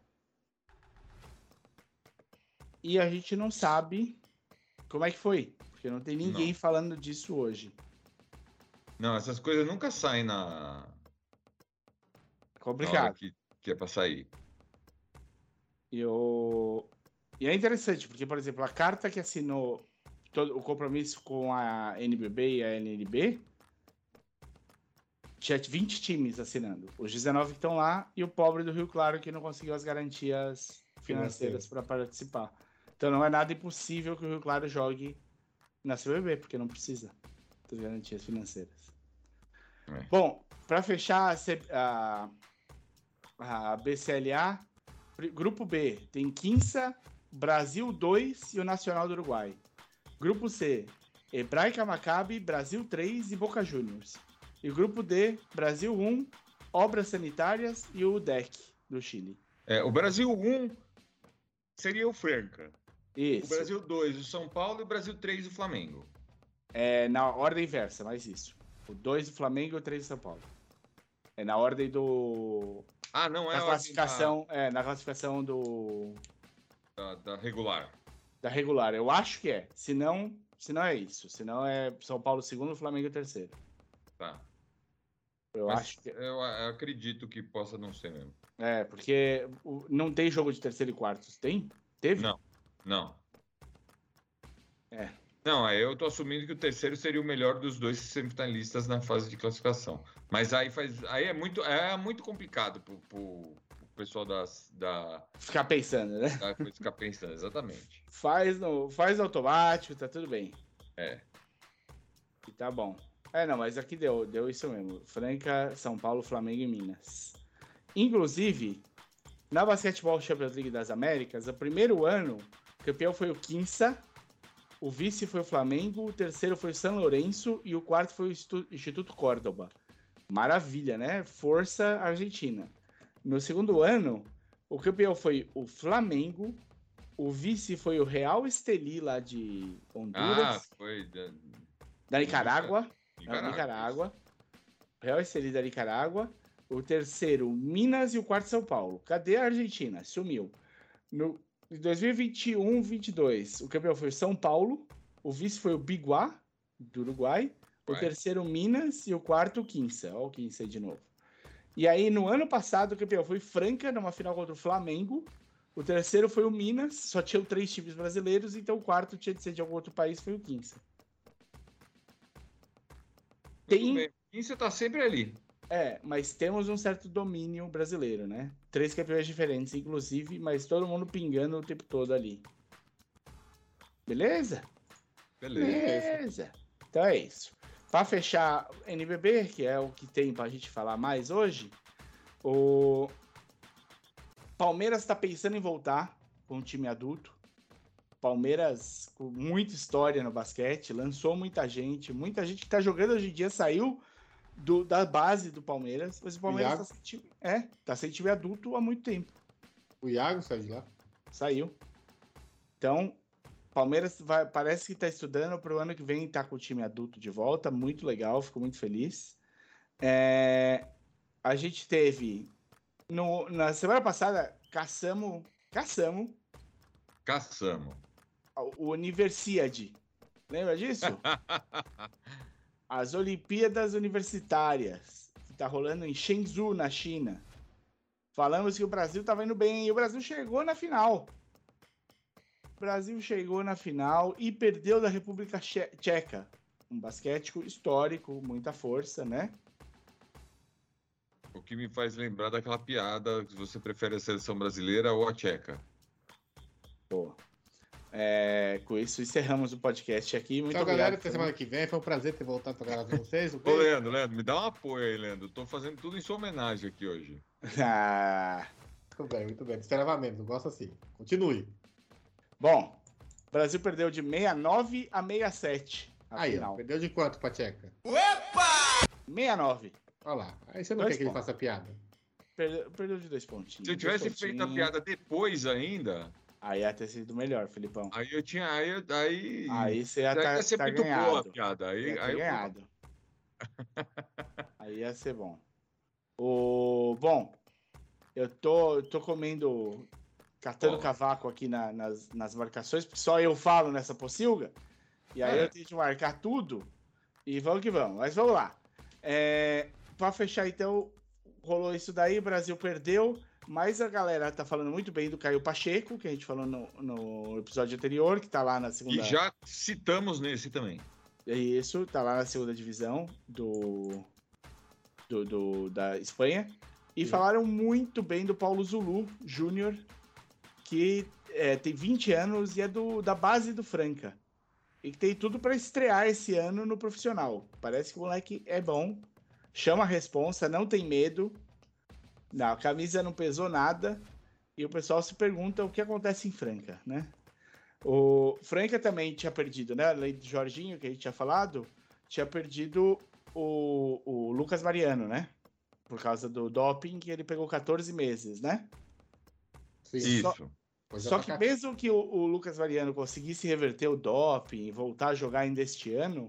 E a gente não sabe como é que foi, porque não tem ninguém falando disso hoje. Não, essas coisas nunca saem na Complicado. hora que é pra sair. E é interessante, porque, por exemplo, a carta que assinou todo o compromisso com a NBB e a LNB tinha 20 times assinando. Os 19 que estão lá e o pobre do Rio Claro que não conseguiu as garantias financeiras para participar. Então não é nada impossível que o Rio Claro jogue na CBB, porque não precisa das garantias financeiras. Bom, para fechar a BCLA, Grupo B tem Quinça, Brasil 2 e o Nacional do Uruguai. Grupo C, Hebraica Maccabi, Brasil 3 e Boca Juniors. E Grupo D, Brasil 1, Obras Sanitárias e o UDEC do Chile. O Brasil 1 seria o Franca. Isso. O Brasil 2, o São Paulo, e o Brasil 3, o Flamengo. É na ordem inversa, mas isso. O 2 do Flamengo e o 3 do São Paulo. É na ordem do... Não é na classificação, na classificação do... Da regular. Da regular, eu acho que é. Se não é isso. Se não é São Paulo segundo, Flamengo terceiro. Tá. Mas acho que... Eu acredito que possa não ser mesmo. Porque não tem jogo de terceiro e quartos, tem? Teve? Não. Não, Eu tô assumindo que o terceiro seria o melhor dos dois semifinalistas na fase de classificação. Mas aí é muito complicado pro pessoal ficar pensando, né? Ficar pensando, exatamente. Faz automático, tá tudo bem. E tá bom. Mas aqui deu isso mesmo. Franca, São Paulo, Flamengo e Minas. Inclusive, na Basketball Champions League das Américas, o primeiro ano, o campeão foi o Quinça, o vice foi o Flamengo, o terceiro foi o São Lourenço e o quarto foi o Instituto Córdoba. Maravilha, né? Força Argentina. No segundo ano, o campeão foi o Flamengo, o vice foi o Real Estelí lá de Honduras. Foi da Nicarágua. Nicarágua. Real Estelí da Nicarágua. O terceiro, Minas e o quarto, São Paulo. Cadê a Argentina? Sumiu. Em 2021-22, o campeão foi o São Paulo, o vice foi o Biguá, do Uruguai, o terceiro, Minas, e o quarto, o Quinça. Olha o Quinça de novo. E aí, no ano passado, o campeão foi Franca, numa final contra o Flamengo. O terceiro foi o Minas, só tinham 3 times brasileiros, então o quarto tinha de ser de algum outro país, foi o Quinça. O Quinça tá sempre ali. Mas temos um certo domínio brasileiro, né? 3 campeões diferentes, inclusive, mas todo mundo pingando o tempo todo ali. Beleza? Beleza. Então é isso. Para fechar NBB, que é o que tem pra gente falar mais hoje, o Palmeiras está pensando em voltar com um time adulto. Palmeiras com muita história no basquete, lançou muita gente que tá jogando hoje em dia saiu da base do Palmeiras, mas o Palmeiras tá sem time adulto há muito tempo. O Iago saiu de lá? Saiu. Então, Palmeiras parece que tá estudando para o ano que vem tá com o time adulto de volta, muito legal, fico muito feliz. A gente teve na semana passada caçamos o Universiade. Lembra disso? As Olimpíadas Universitárias, que tá rolando em Shenzhou, na China. Falamos que o Brasil estava indo bem e o Brasil chegou na final. O Brasil chegou na final e perdeu da República Tcheca. Um basquete histórico, muita força, né? O que me faz lembrar daquela piada que você prefere a seleção brasileira ou a tcheca. Pô. Com isso, encerramos o podcast aqui. Muito Tchau, obrigado. galera. Até semana que vem. Foi um prazer ter voltado pra gravar com vocês. Ô, Leandro, me dá um apoio aí, Leandro. Tô fazendo tudo em sua homenagem aqui hoje. Ah, Muito bem. Esperava menos. Eu gosto assim. Continue. bom, o Brasil perdeu de 69 a 67. Aí, ó. Final. Perdeu de quanto, Pacheca? 69. Olha lá. Aí você não 2 quer que ele pontos. faça piada. Perdeu de 2 pontinhos. Se eu tivesse feito a piada depois ainda, Aí ia ter sido melhor, Filipão. aí eu tinha. Aí Aí você ia ia ser tá muito boa a ganhado. piada. Aí, Ia ter aí eu- ganhado. Aí ia ser bom. Bom, eu tô comendo, catando Ó. cavaco aqui nas marcações, porque só eu falo nessa pocilga. E aí eu tenho que marcar tudo. E vamos que vamos. Mas vamos lá. Pra fechar, então, rolou isso daí, o Brasil perdeu. Mas a galera tá falando muito bem do Caio Pacheco, que a gente falou no episódio anterior, que tá lá na segunda. E já citamos nesse também. É isso, tá lá na segunda divisão da Espanha. E falaram muito bem do Paulo Zulu Júnior, que tem 20 anos e é da base do Franca. E que tem tudo para estrear esse ano no profissional. Parece que o moleque é bom, chama a responsa, não tem medo. Não, a camisa não pesou nada. E o pessoal se pergunta o que acontece em Franca, né? O Franca também tinha perdido, né? Além do Jorginho, que a gente tinha falado, tinha perdido o Lucas Mariano, né? Por causa do doping, que ele pegou 14 meses, né? Sim. Isso. Só que mesmo que o Lucas Mariano conseguisse reverter o doping e voltar a jogar ainda este ano,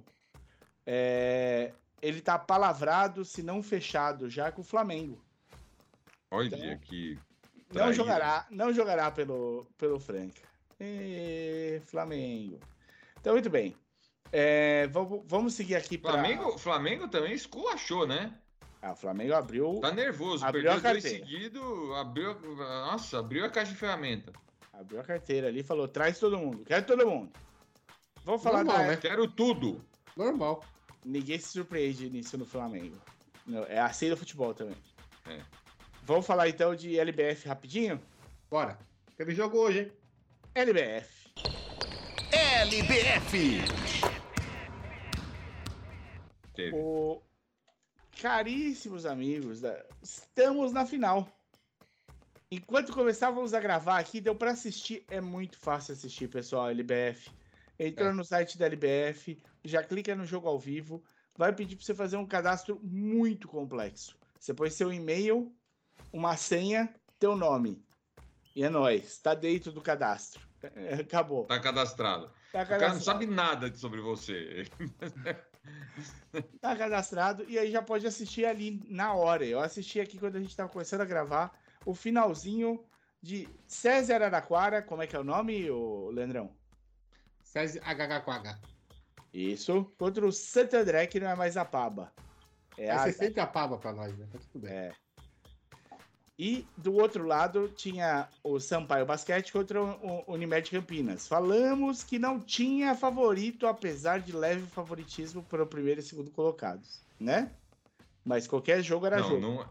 ele tá palavrado, se não fechado, já com o Flamengo. Olha Então, que. Não jogará pelo Franca. Flamengo. Então, muito bem. Vamos seguir aqui para... Flamengo também esculachou, né? O Flamengo abriu... Tá nervoso. Abriu Perdeu a 2 carteira. seguidos. Abriu a caixa de ferramenta. Abriu a carteira ali e falou, traz todo mundo. Quero todo mundo. Vamos falar Normal, né? Quero tudo. Normal. Ninguém se surpreende nisso no Flamengo. Não, é assim do futebol também. É. Vamos falar então de LBF rapidinho? Bora. Teve jogo hoje, hein? LBF. LBF. Teve. Caríssimos amigos, estamos na final. Enquanto começávamos a gravar aqui, deu para assistir. É muito fácil assistir, pessoal, LBF. Entrou no site da LBF, já clica no jogo ao vivo, vai pedir para você fazer um cadastro muito complexo. Você põe seu e-mail, uma senha, teu nome. E é nóis, tá dentro do cadastro. Acabou. Tá cadastrado. Tá O cara não cadastrado. sabe nada sobre você. Tá cadastrado e aí já pode assistir ali na hora. Eu assisti aqui quando a gente tava começando a gravar o finalzinho de César Araraquara. Como é que é o nome, Leandrão? César HHQH. Isso. Contra o Santo André, que não é mais a Paba. Você sempre apava pra nós, né? Tá tudo bem. E do outro lado tinha o Sampaio Basquete contra o Unimed Campinas. Falamos que não tinha favorito, apesar de leve favoritismo para o primeiro e segundo colocados, né? Mas qualquer jogo era jogo. Não.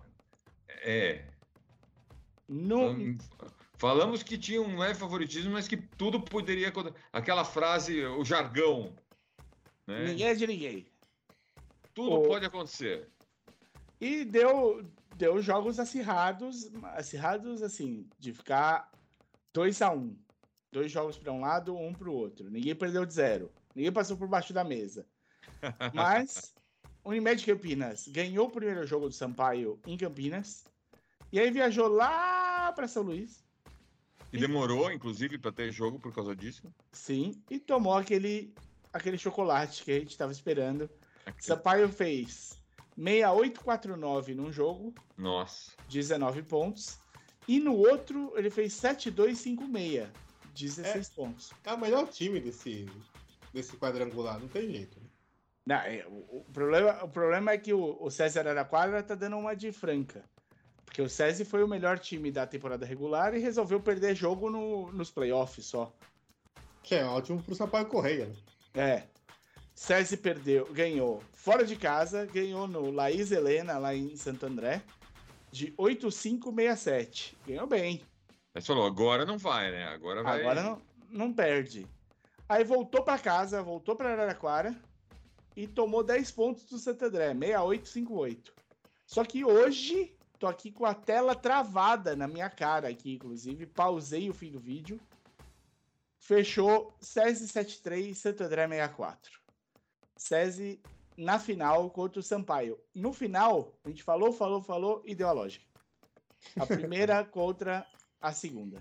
Não, Falamos que tinha um leve favoritismo, mas que tudo poderia. Aquela frase, o jargão. Né? ninguém é de ninguém. Tudo pode acontecer. E deu jogos acirrados assim, de ficar 2-1. 2 jogos para um lado, 1 para o outro. Ninguém perdeu de 0. Ninguém passou por baixo da mesa. Mas o Unimed Campinas ganhou o primeiro jogo do Sampaio em Campinas. E aí viajou lá para São Luís. E demorou, inclusive, para ter jogo por causa disso. Sim, e tomou aquele chocolate que a gente estava esperando. Sampaio fez 68-49 num jogo. Nossa. 19 pontos. E no outro, ele fez 7-2-5-6. 16 pontos. É o melhor time desse quadrangular, não tem jeito. Né? Não, o problema é que o César Araraquara tá dando uma de Franca. Porque o César foi o melhor time da temporada regular e resolveu perder jogo nos playoffs só. Que é ótimo pro Sampaio Correia, né? César ganhou fora de casa, ganhou no Laís Helena, lá em Santo André, de 8-5-6-7. Ganhou bem. Mas falou, agora não vai, né? Agora vai. Agora não perde. Aí voltou para casa, voltou para Araraquara e tomou 10 pontos do Santo André, 68-58. Só que hoje, tô aqui com a tela travada na minha cara aqui, inclusive, pausei o fim do vídeo. Fechou SESI 73, Santo André 64. SESI na final contra o Sampaio. No final, a gente falou e deu a lógica. A primeira contra a segunda.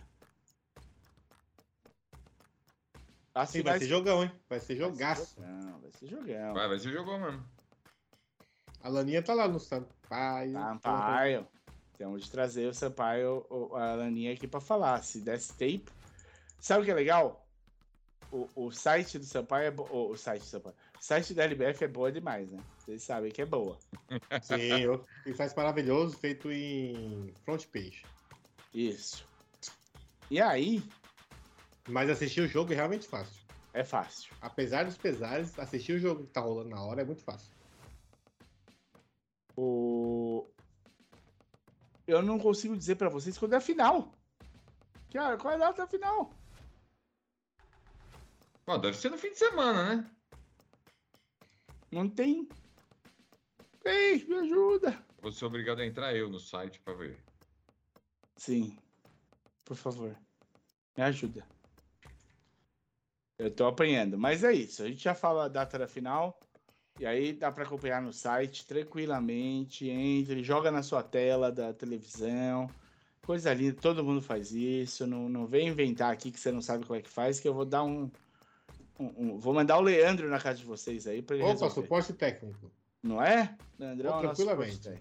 Sim, vai ser jogão, hein? Vai ser jogaço. Vai ser jogão. Vai ser jogão mesmo. A Laninha tá lá no Sampaio. Sampaio. Temos de trazer o Sampaio, a Laninha aqui pra falar. Se desse tempo. Sabe o que é legal? O site do Sampaio é o site do Sampaio. O site da LBF é boa demais, né? Vocês sabem que é boa. Sim, e faz maravilhoso, feito em front page. Isso. E aí... Mas assistir o jogo é realmente fácil. É fácil. Apesar dos pesares, assistir o jogo que tá rolando na hora é muito fácil. Eu não consigo dizer pra vocês quando é a final. Cara, qual é a data da final? Bom, deve ser no fim de semana, né? Não tem. Ei, me ajuda. Vou ser obrigado a entrar eu no site pra ver. Sim. Por favor. Me ajuda. Eu tô apanhando. Mas é isso. A gente já fala a data da final. E aí dá pra acompanhar no site tranquilamente. Entre, joga na sua tela da televisão. Coisa linda. Todo mundo faz isso. Não vem inventar aqui que você não sabe como é que faz. Que eu vou dar vou mandar o Leandro na casa de vocês aí pra ele Opa, resolver. suporte técnico. Não é? Leandrão, tranquilamente.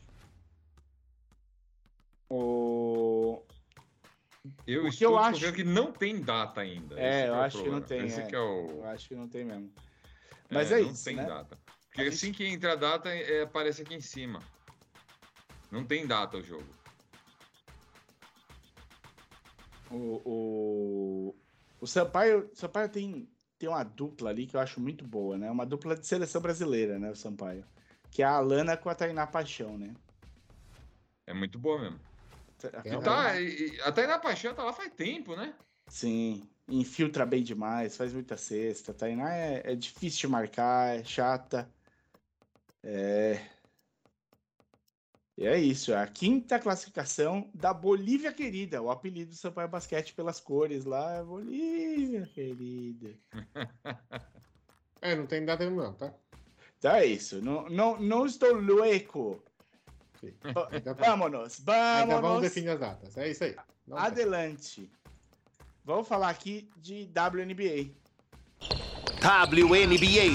Eu que estou eu descobrindo acho- que não tem data ainda. Esse eu é o acho que não problema. tem. Esse que é Eu o... acho que não tem mesmo. Mas é não isso, tem né? data. Porque assim que entra a data, aparece aqui em cima. Não tem data o jogo. O Sampaio tem uma dupla ali que eu acho muito boa, né? Uma dupla de seleção brasileira, né? O Sampaio. Que é a Alana com a Tainá Paixão, né? É muito boa mesmo. A A Tainá Paixão tá lá faz tempo, né? Sim, infiltra bem demais, faz muita cesta. A Tainá é difícil de marcar, é chata. E é isso, é a quinta classificação da Bolívia Querida. O apelido do Sampaio Basquete pelas cores lá é Bolívia Querida. Não tem data nenhuma, não, tá? Então é isso, não estou louco. Sim. Vamos. Ainda vamos definir as datas. É isso aí. Não tem. Adelante. Vamos falar aqui de WNBA. WNBA.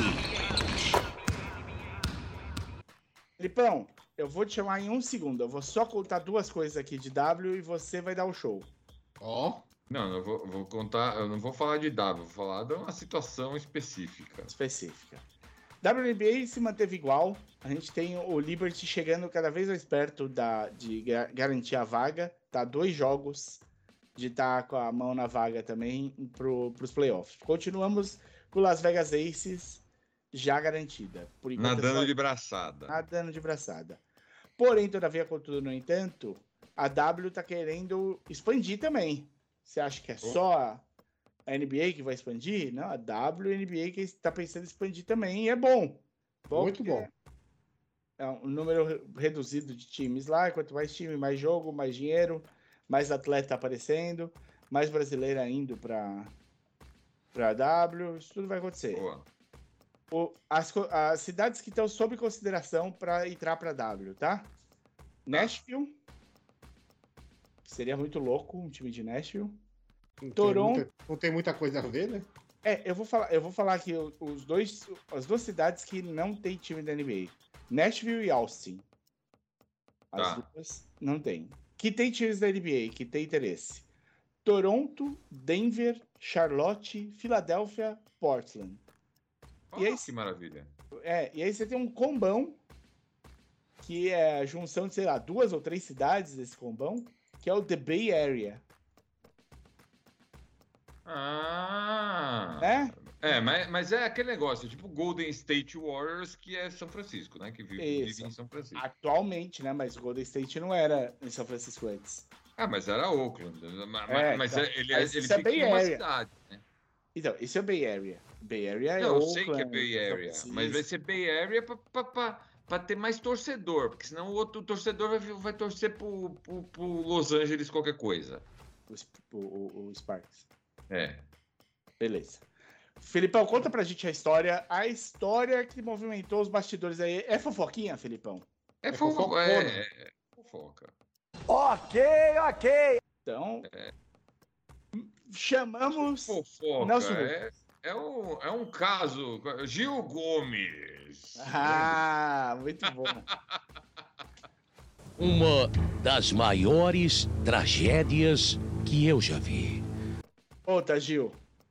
Lipão, eu vou te chamar em um segundo. Eu vou só contar duas coisas aqui de W e você vai dar o show. Ó, Não, eu vou contar. Eu não vou falar de W, vou falar de uma situação específica. Específica. WNBA se manteve igual. A gente tem o Liberty chegando cada vez mais perto de garantir a vaga. Tá 2 jogos de estar com a mão na vaga também pros playoffs. Continuamos com o Las Vegas Aces já garantida. Por enquanto, Nadando de braçada. nadando de braçada. Porém, todavia, contudo, no entanto, a W tá querendo expandir também. Você acha que é só a NBA que vai expandir? Não, a WNBA que está pensando em expandir também. E é bom. muito porque bom. É um número reduzido de times lá. Quanto mais time, mais jogo, mais dinheiro, mais atleta aparecendo, mais brasileira indo para W. Isso tudo vai acontecer. Boa. As cidades que estão sob consideração para entrar para W, tá? Nashville. Seria muito louco um time de Nashville. Toronto. Não tem muita coisa a ver, né? Eu vou falar aqui as duas cidades que não tem time da NBA. Nashville e Austin. As duas não tem. Que tem times da NBA, que tem interesse. Toronto, Denver, Charlotte, Filadélfia, Portland. Oh, E aí- que maravilha. E aí você tem um combão, que é a junção de, sei lá, 2 ou 3 cidades desse combão, que é o The Bay Area. Né? Mas é aquele negócio, tipo Golden State Warriors, que é São Francisco, né? Que vive em São Francisco. Atualmente, né? Mas o Golden State não era em São Francisco antes. Mas era Oakland. Mas então, ele mas isso fica é Bay em uma Area. cidade, né? Então, esse é o Bay Area. Bay Area é Não, eu sei que é Oakland, Bay Area, São mas vai Francisco. ser Bay Area pra ter mais torcedor, porque senão o outro torcedor vai torcer pro Los Angeles qualquer coisa. O Sparks. É. Beleza. Felipão, conta pra gente a história que movimentou os bastidores aí. É fofoquinha, Felipão? É fofocona. fofoca. Ok. Então, chamamos Fofoca. Nelson Rubens. É um caso. Gil Gomes. Ah, muito bom. Uma das maiores tragédias que eu já vi. Outra, Gil.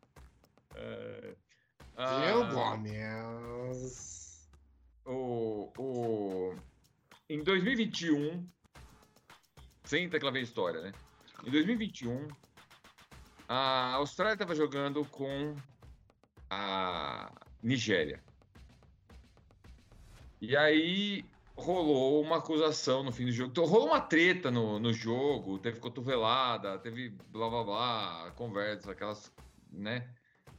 Gil Gomes. Em 2021, senta que lá vem a história, né? Em 2021, a Austrália estava jogando com a Nigéria. E aí rolou uma acusação no fim do jogo. Então, rolou uma treta no jogo, teve cotovelada, teve blá blá blá, conversa, aquelas, né?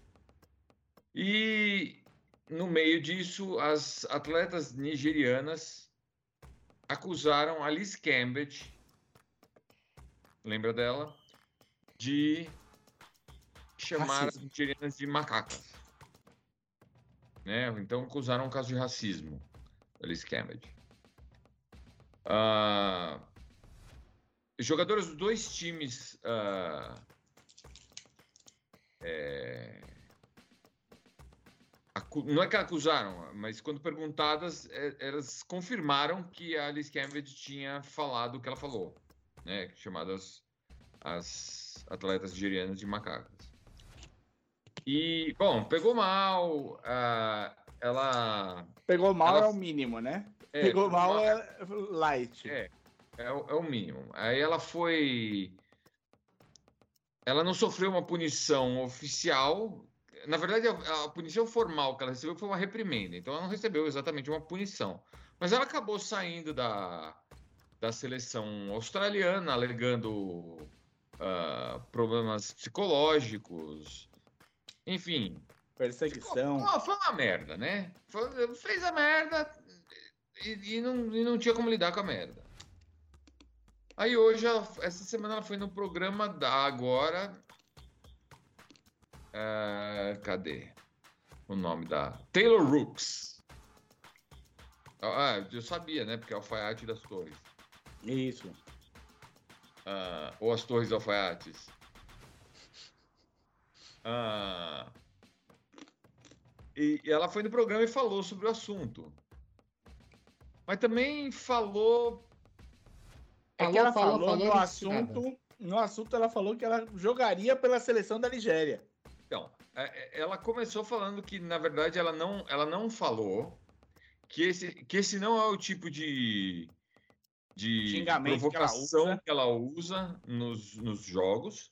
E no meio disso, as atletas nigerianas acusaram a Liz Cambridge, lembra dela, de chamar as Racismo. nigerianas de macacas. Né? Então acusaram um caso de racismo da Liz Cambridge. Jogadoras dos dois times não é que acusaram, mas quando perguntadas, elas confirmaram que a Liz Cambridge tinha falado o que ela falou, né? Chamadas as atletas nigerianas de macacas. E, bom, pegou mal, ela... Pegou mal ela- é o mínimo, né? Pegou mal é light. É o mínimo. Aí ela foi... Ela não sofreu uma punição oficial. Na verdade, a punição formal que ela recebeu foi uma reprimenda. Então, ela não recebeu exatamente uma punição. Mas ela acabou saindo da seleção australiana, alegando problemas psicológicos. Enfim, Perseguição. foi uma merda, né? Fez a merda e não tinha como lidar com a merda. Aí hoje, essa semana, ela foi no programa da Agora. Cadê o nome da... Taylor Rooks. Eu sabia, né? Porque é alfaiate das torres. Isso. Ou as torres alfaiates. E ela foi no programa e falou sobre o assunto. Mas também falou... É que ela falou falou, no não assunto. No assunto, ela falou que ela jogaria pela seleção da Nigéria. Então, ela começou falando que, na verdade, ela não falou que esse não é o tipo de Xingamento provocação que ela usa nos jogos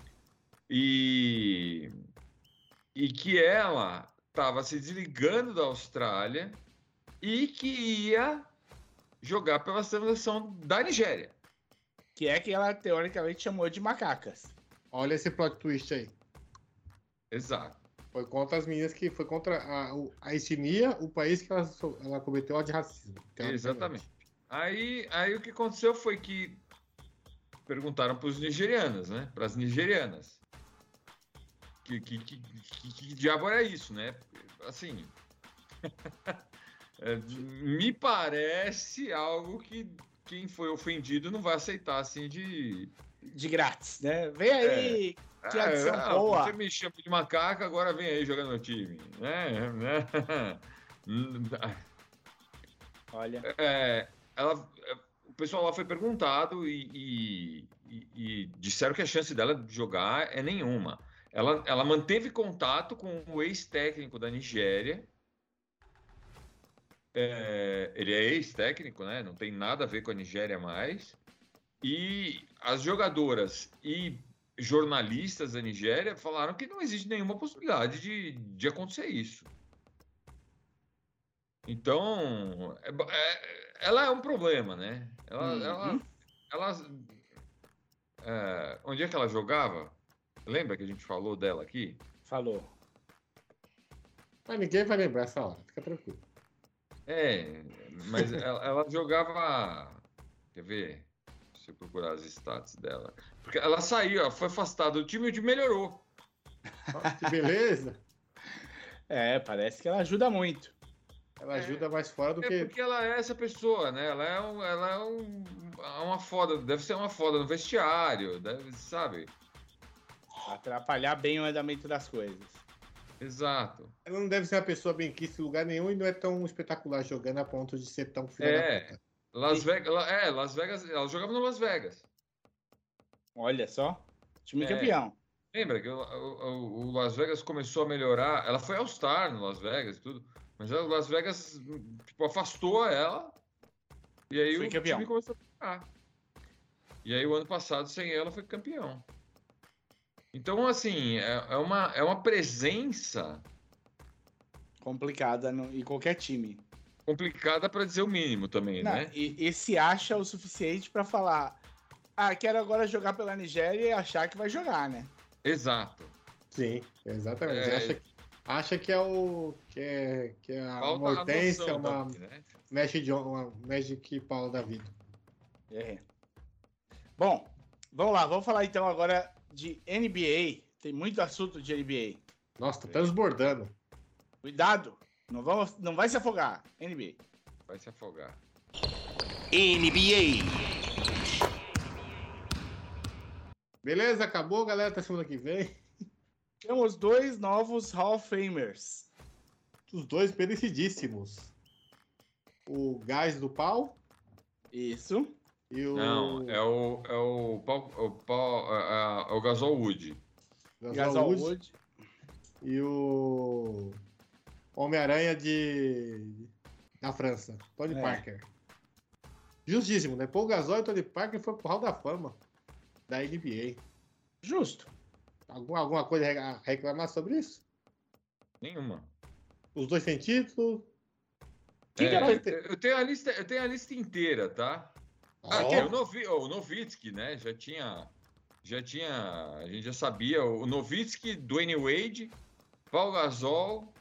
e que ela estava se desligando da Austrália e que ia jogar pela seleção da Nigéria. Que é que ela, teoricamente, chamou de macacas. Olha esse plot twist aí. Exato. Foi contra as meninas que foi contra a etnia, o país que ela cometeu ato de racismo. Exatamente. Aí o que aconteceu foi que perguntaram para os nigerianos, né? Para as nigerianas. Que diabo era isso, né? Assim, me parece algo que quem foi ofendido não vai aceitar assim de grátis, né? Vem aí, que adição boa. Você me chama de macaco, agora vem aí jogar no time, né? Olha. O pessoal lá foi perguntado e disseram que a chance dela de jogar é nenhuma. Ela manteve contato com o ex-técnico da Nigéria. Ele é ex-técnico, né? Não tem nada a ver com a Nigéria mais. E as jogadoras e jornalistas da Nigéria falaram que não existe nenhuma possibilidade de acontecer isso. Então, ela é um problema, né? Onde é que ela jogava? Lembra que a gente falou dela aqui? Falou. Mas ninguém vai lembrar essa hora, fica tranquilo. Mas ela jogava. Quer ver? Deixa eu procurar as stats dela. Porque ela saiu, ela foi afastada do time e o time melhorou. Ó, que beleza. Parece que ela ajuda muito. Ela ajuda mais fora do que... Porque ela é essa pessoa, né? Ela é uma foda, deve ser uma foda no vestiário, deve, sabe? Atrapalhar bem o andamento das coisas. Exato. Ela não deve ser uma pessoa bem quista em lugar nenhum e não é tão espetacular jogando a ponto de ser tão filha da puta. Las Vegas, ela jogava no Las Vegas. Olha só, time campeão. Lembra que o Las Vegas começou a melhorar? Ela foi All-Star no Las Vegas e tudo, mas o Las Vegas tipo, afastou ela e aí foi o campeão. time começou a ficar. E aí o ano passado, sem ela, foi campeão. Então, assim, é uma presença Complicada em qualquer time. complicada para dizer o mínimo também, Não, né? e se acha o suficiente para falar, quero agora jogar pela Nigéria e achar que vai jogar, né? Exato. Sim, exatamente. Acha que é o que é a Falta Hortência, a noção uma também, né? Magic Paula da vida. Bom, vamos lá, vamos falar então agora de NBA. Tem muito assunto de NBA. Nossa, tá transbordando. Cuidado, não vai se afogar. NBA. Vai se afogar. NBA. Beleza, acabou, galera. Até semana que vem. Temos 2 novos Hall of Famers. Os dois merecidíssimos. O Gás do Pau Isso. e o... Não, é o Gasol Wood. Gasol Wood. E o Homem-Aranha da França, Tony Parker. Justíssimo, né? Paul Gasol e Tony Parker foi pro Hall da Fama da NBA. Justo. Alguma coisa a reclamar sobre isso? Nenhuma. Os dois têm título? Eu tenho a lista inteira, tá? O Nowitzki, né? Já tinha, a gente já sabia. O Nowitzki, Dwayne Wade, Paul Gasol,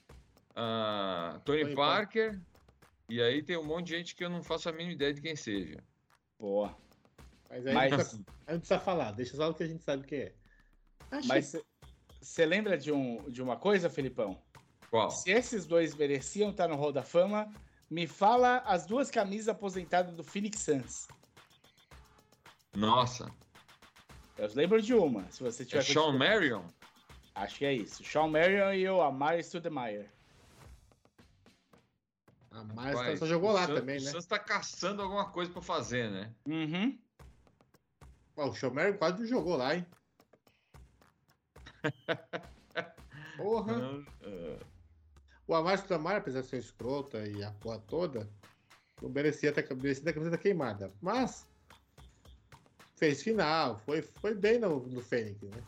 Tony Parker. E aí tem um monte de gente que eu não faço a mínima ideia de quem seja. Boa. Mas aí não precisa falar, deixa só o que a gente sabe que é. Mas você lembra de uma coisa, Felipão? Qual? Se esses dois mereciam estar no Hall da Fama, me fala as 2 camisas aposentadas do Phoenix Suns. Nossa. Eu lembro de uma, se você tiver... Sean Marion? Acho que é isso. Sean Marion e o Amari Stoudemire. A Maia só jogou lá também, né? O Suns tá caçando alguma coisa pra fazer, né? Uhum. O Sean Marion quase não jogou lá, hein? Porra! O Amari Stoudemire, apesar de ser escrota e a porra toda, não merecia ter a camiseta queimada. Mas fez final, foi bem no Fênix, né?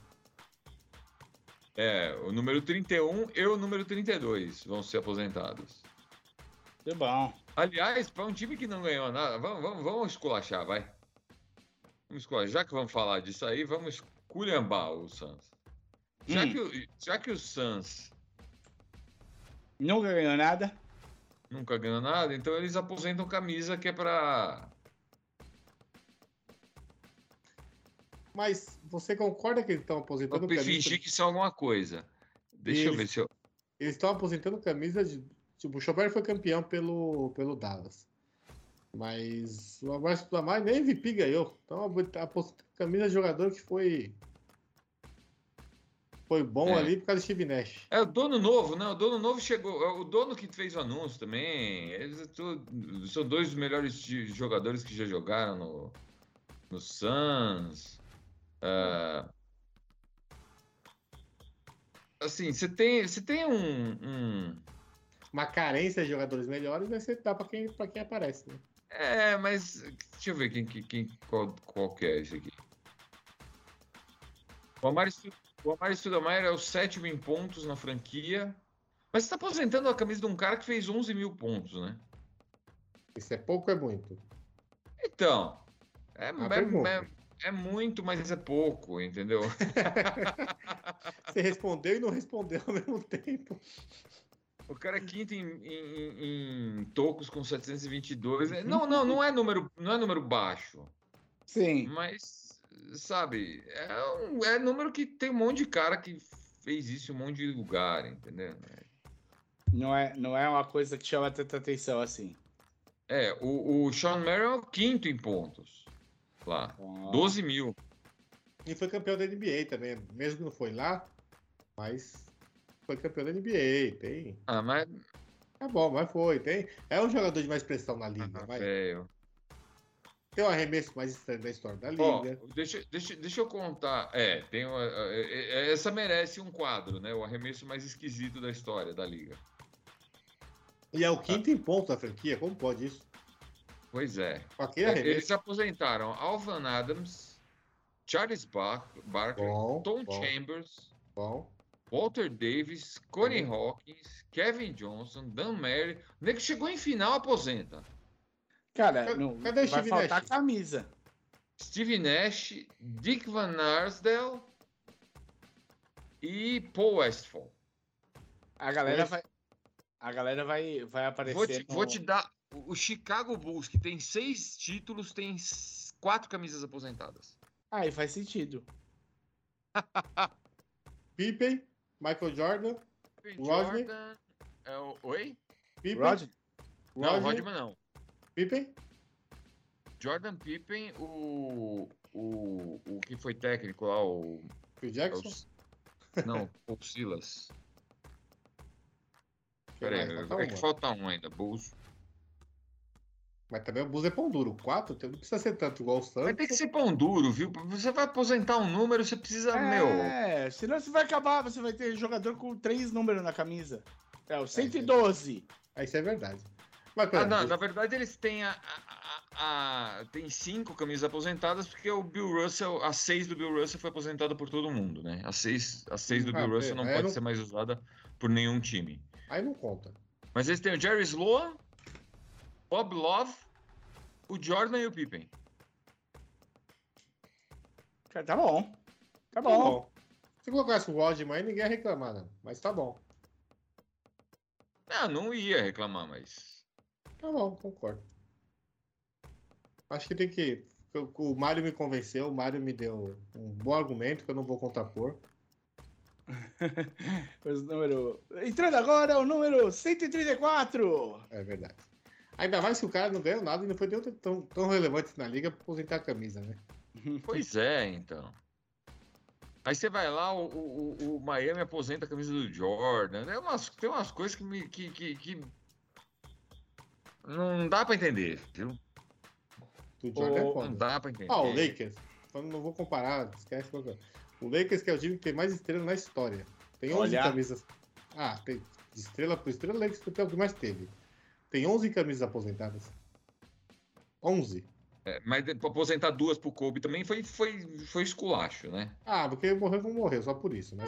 O número 31 e o número 32 vão ser aposentados. Que bom. Aliás, para um time que não ganhou nada, vamos esculachar, vai. Vamos esculachar. Já que vamos falar disso aí, vamos esculhambar o Suns. Já que o Suns nunca ganhou nada, então eles aposentam camisa que é para... Mas você concorda que eles estão aposentando Pra camisa? fingir que isso é alguma coisa. Deixa eu ver se eu... Eles estão aposentando camisa de... Tipo, o Chopper foi campeão pelo Dallas. Mas o Amari Stoudemire nem MVP ganhou. Então, aposentando camisa de jogador que foi bom ali por causa do Steve Nash. É o dono novo, né? O dono novo chegou. É o dono que fez o anúncio também. Eles são 2 dos melhores jogadores que já jogaram no Suns. Assim, você tem uma carência de jogadores melhores, vai ser dá pra quem aparece, né? Mas deixa eu ver qual que é esse aqui. O Amari Stoudemire é o 7º em pontos na franquia. Mas você tá aposentando a camisa de um cara que fez 11 mil pontos, né? Isso é pouco ou é muito? Então, é muito, mas é pouco, entendeu? Você respondeu e não respondeu ao mesmo tempo. O cara é quinto em tocos com 722. Não é número baixo. Sim. Mas, sabe, é número que tem um monte de cara que fez isso em um monte de lugar, entendeu? Não é uma coisa que chama tanta atenção assim. O Sean Merrill é o quinto em pontos lá. 12 mil. E foi campeão da NBA também. Mesmo que não foi lá, mas foi campeão da NBA. Tem. Mas. É bom, mas foi. Tem. É um jogador de mais pressão na liga. Vai. Feio. Tem o arremesso mais estranho da história da Ó, liga. deixa eu contar. Essa merece um quadro, né? O arremesso mais esquisito da história da liga. E é o quinto em ponto da franquia. Como pode isso? Pois é. Com aquele arremesso. Eles aposentaram Alvan Adams, Charles Barkley, Tom Chambers, Walter Davis, Connie Hawkins, Kevin Johnson, Dan Mary. O nego chegou em final, aposenta. Cara, não Cadê o vai Steve faltar Nash? camisa. Steve Nash, Dick Van Arsdale e Paul Westphal. A galera vai aparecer. Vou te dar. O Chicago Bulls, que tem 6 títulos, tem 4 camisas aposentadas. Aí faz sentido. Pippen, Michael Jordan, Rodney. Oi? Pippen, Rodney? Não, Rodman não. Pippen, Jordan Pippen, o que foi técnico lá, Phil Jackson. Não, o Silas. Que Peraí, mais? Falta é que uma. falta um ainda, Bulls. Mas também o Bulls é pão duro. 4 não precisa ser tanto igual o Santos. Vai ter que ser pão duro, viu? Você vai aposentar um número, você precisa, Senão você vai acabar, você vai ter jogador com 3 números na camisa. É o 112. Isso é verdade. Mas, por exemplo, Na verdade, eles têm tem 5 camisas aposentadas, porque o Bill Russell, a 6 do Bill Russell foi aposentada por todo mundo, né? A 6 do Bill Russell não pode ser mais usada por nenhum time. Aí não conta. Mas eles têm o Jerry Sloan, Bob Love, o Jordan e o Pippen. Cara, tá bom. Tá Tá bom. bom. Se colocasse o Rodman aí, ninguém ia reclamar, não. Mas tá bom. Não ia reclamar, mas... Tá bom, concordo. Acho que tem que... O Mário me convenceu, o Mário me deu um bom argumento que eu não vou contrapor. Entrando agora o número 134. É verdade. Ainda mais que o cara não ganhou nada e não foi tão relevante na liga pra aposentar a camisa, né? Pois é, então. Aí você vai lá, o Miami aposenta a camisa do Jordan. Tem umas coisas que não dá pra entender, viu? Do Jordan é Não foda. dá pra entender. O Lakers. Então não vou comparar, esquece. O Lakers que é o time que tem mais estrelas na história. Tem 11 camisas. Tem de estrela por estrela, o Lakers é o que mais teve. Tem 11 camisas aposentadas. 11. Mas aposentar 2 pro Kobe também foi esculacho, né? Porque morreu como morreu, só por isso. Mas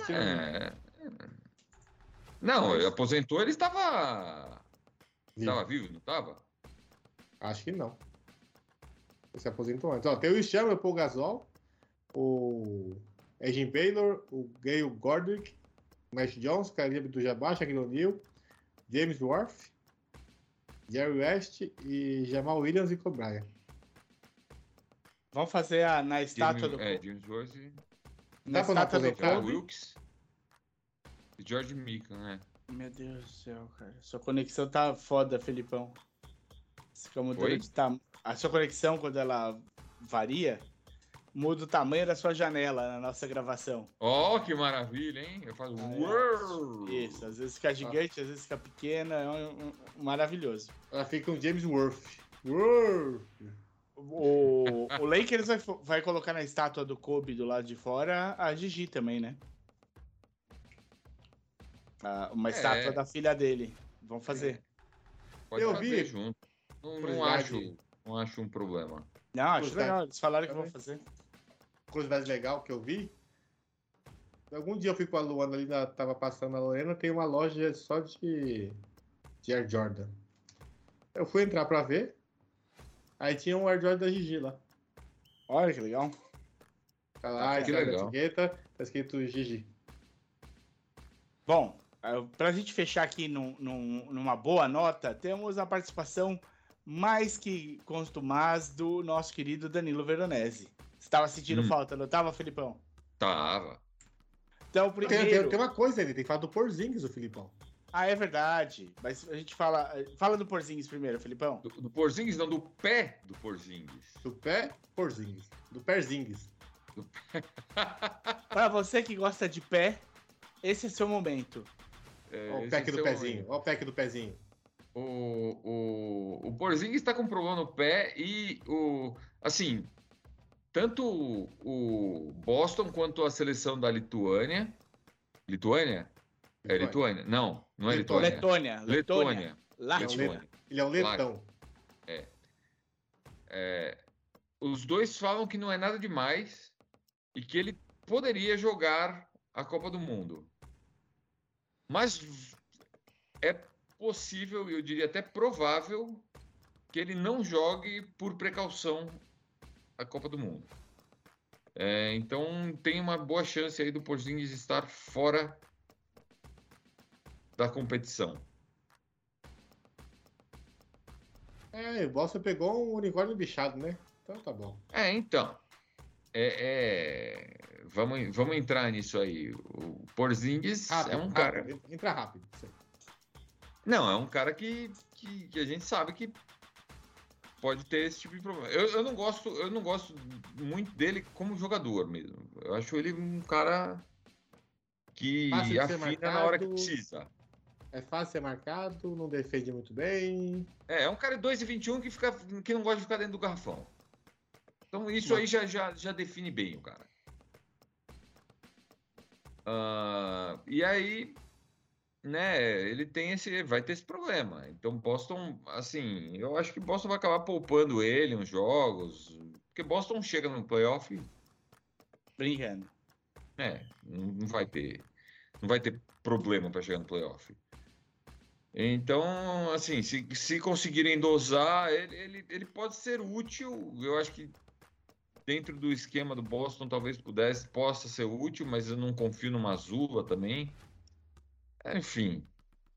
Não, ele aposentou, ele estava vivo, não estava? Acho que não. Ele se aposentou antes. Tem o Isham, o Paul Gasol, o Elgin Baylor, o Gayle Gordick, o Matt Jones, Kareem Abdul-Jabbar, Shaquille O'Neal, James Worth, Jerry West e Jamal Williams e Kobe Bryant. Vamos fazer na estátua do... James Worth. Na estátua do Kobe. Wilkes e George Mikan, né? Meu Deus do céu, cara. Sua conexão tá foda, Felipão. Você fica mudando de tamanho. A sua conexão, quando ela varia, muda o tamanho da sua janela na nossa gravação. Que maravilha, hein? Eu faço... Isso, às vezes fica gigante, às vezes fica pequena. É maravilhoso. Ela fica um James Worth. O Lakers vai colocar na estátua do Kobe do lado de fora a Gigi também, né? Uma estátua da filha dele. Vamos fazer. Pode fazer junto. Não acho um problema. Não, acho legal. Eles falaram que vão fazer. Curiosidade legal que eu vi. Algum dia eu fui com a Luana ali, tava passando a Lorena, tem uma loja só de Air Jordan. Eu fui entrar pra ver. Aí tinha um Air Jordan da Gigi lá. Olha que legal. Tá lá, Que escreve a legal. etiqueta, tá escrito Gigi. Bom, para a gente fechar aqui numa boa nota, temos a participação mais que contumaz do nosso querido Danilo Veronese. Você estava sentindo falta, não estava, Felipão? Tava. Então, primeiro... Tem uma coisa ali, tem que falar do Porzingis, o Filipão. Ah, é verdade. Mas a gente fala do Porzingis primeiro, Felipão. Do Porzingis, não, do pé do Porzingis. Do pé, Porzingis. Do Perzingis. Para você que gosta de pé, esse é seu momento. Olha o pack do pezinho. Olha o pack do pezinho. O Porzingis está com problema no pé e assim, tanto o Boston quanto a seleção da Lituânia. Lituânia? É Lituânia? Não é Lituânia. Letônia. Letônia. Ele é um letão. Os dois falam que não é nada demais e que ele poderia jogar a Copa do Mundo. Mas é possível, eu diria até provável, que ele não jogue por precaução a Copa do Mundo. Então tem uma boa chance aí do Porzingis estar fora da competição. O Boston pegou um unicórnio bichado, né? Então tá bom. Então. Vamos entrar nisso aí. O Porzingis é um cara... Entra rápido. Não, é um cara que a gente sabe que pode ter esse tipo de problema. Eu não gosto muito dele como jogador mesmo. Eu acho ele um cara que afina na hora que precisa. É fácil ser marcado, não defende muito bem. É um cara de 2,21 que não gosta de ficar dentro do garrafão. Então isso aí já define bem o cara. E aí, né, ele vai ter esse problema. Então Boston, assim, eu acho que Boston vai acabar poupando ele uns jogos, porque Boston chega no playoff brincando. Não vai ter problema para chegar no playoff. Então, assim, se conseguirem dosar, ele pode ser útil. Eu acho que dentro do esquema do Boston talvez possa ser útil, mas eu não confio no Mazzulla também. Enfim.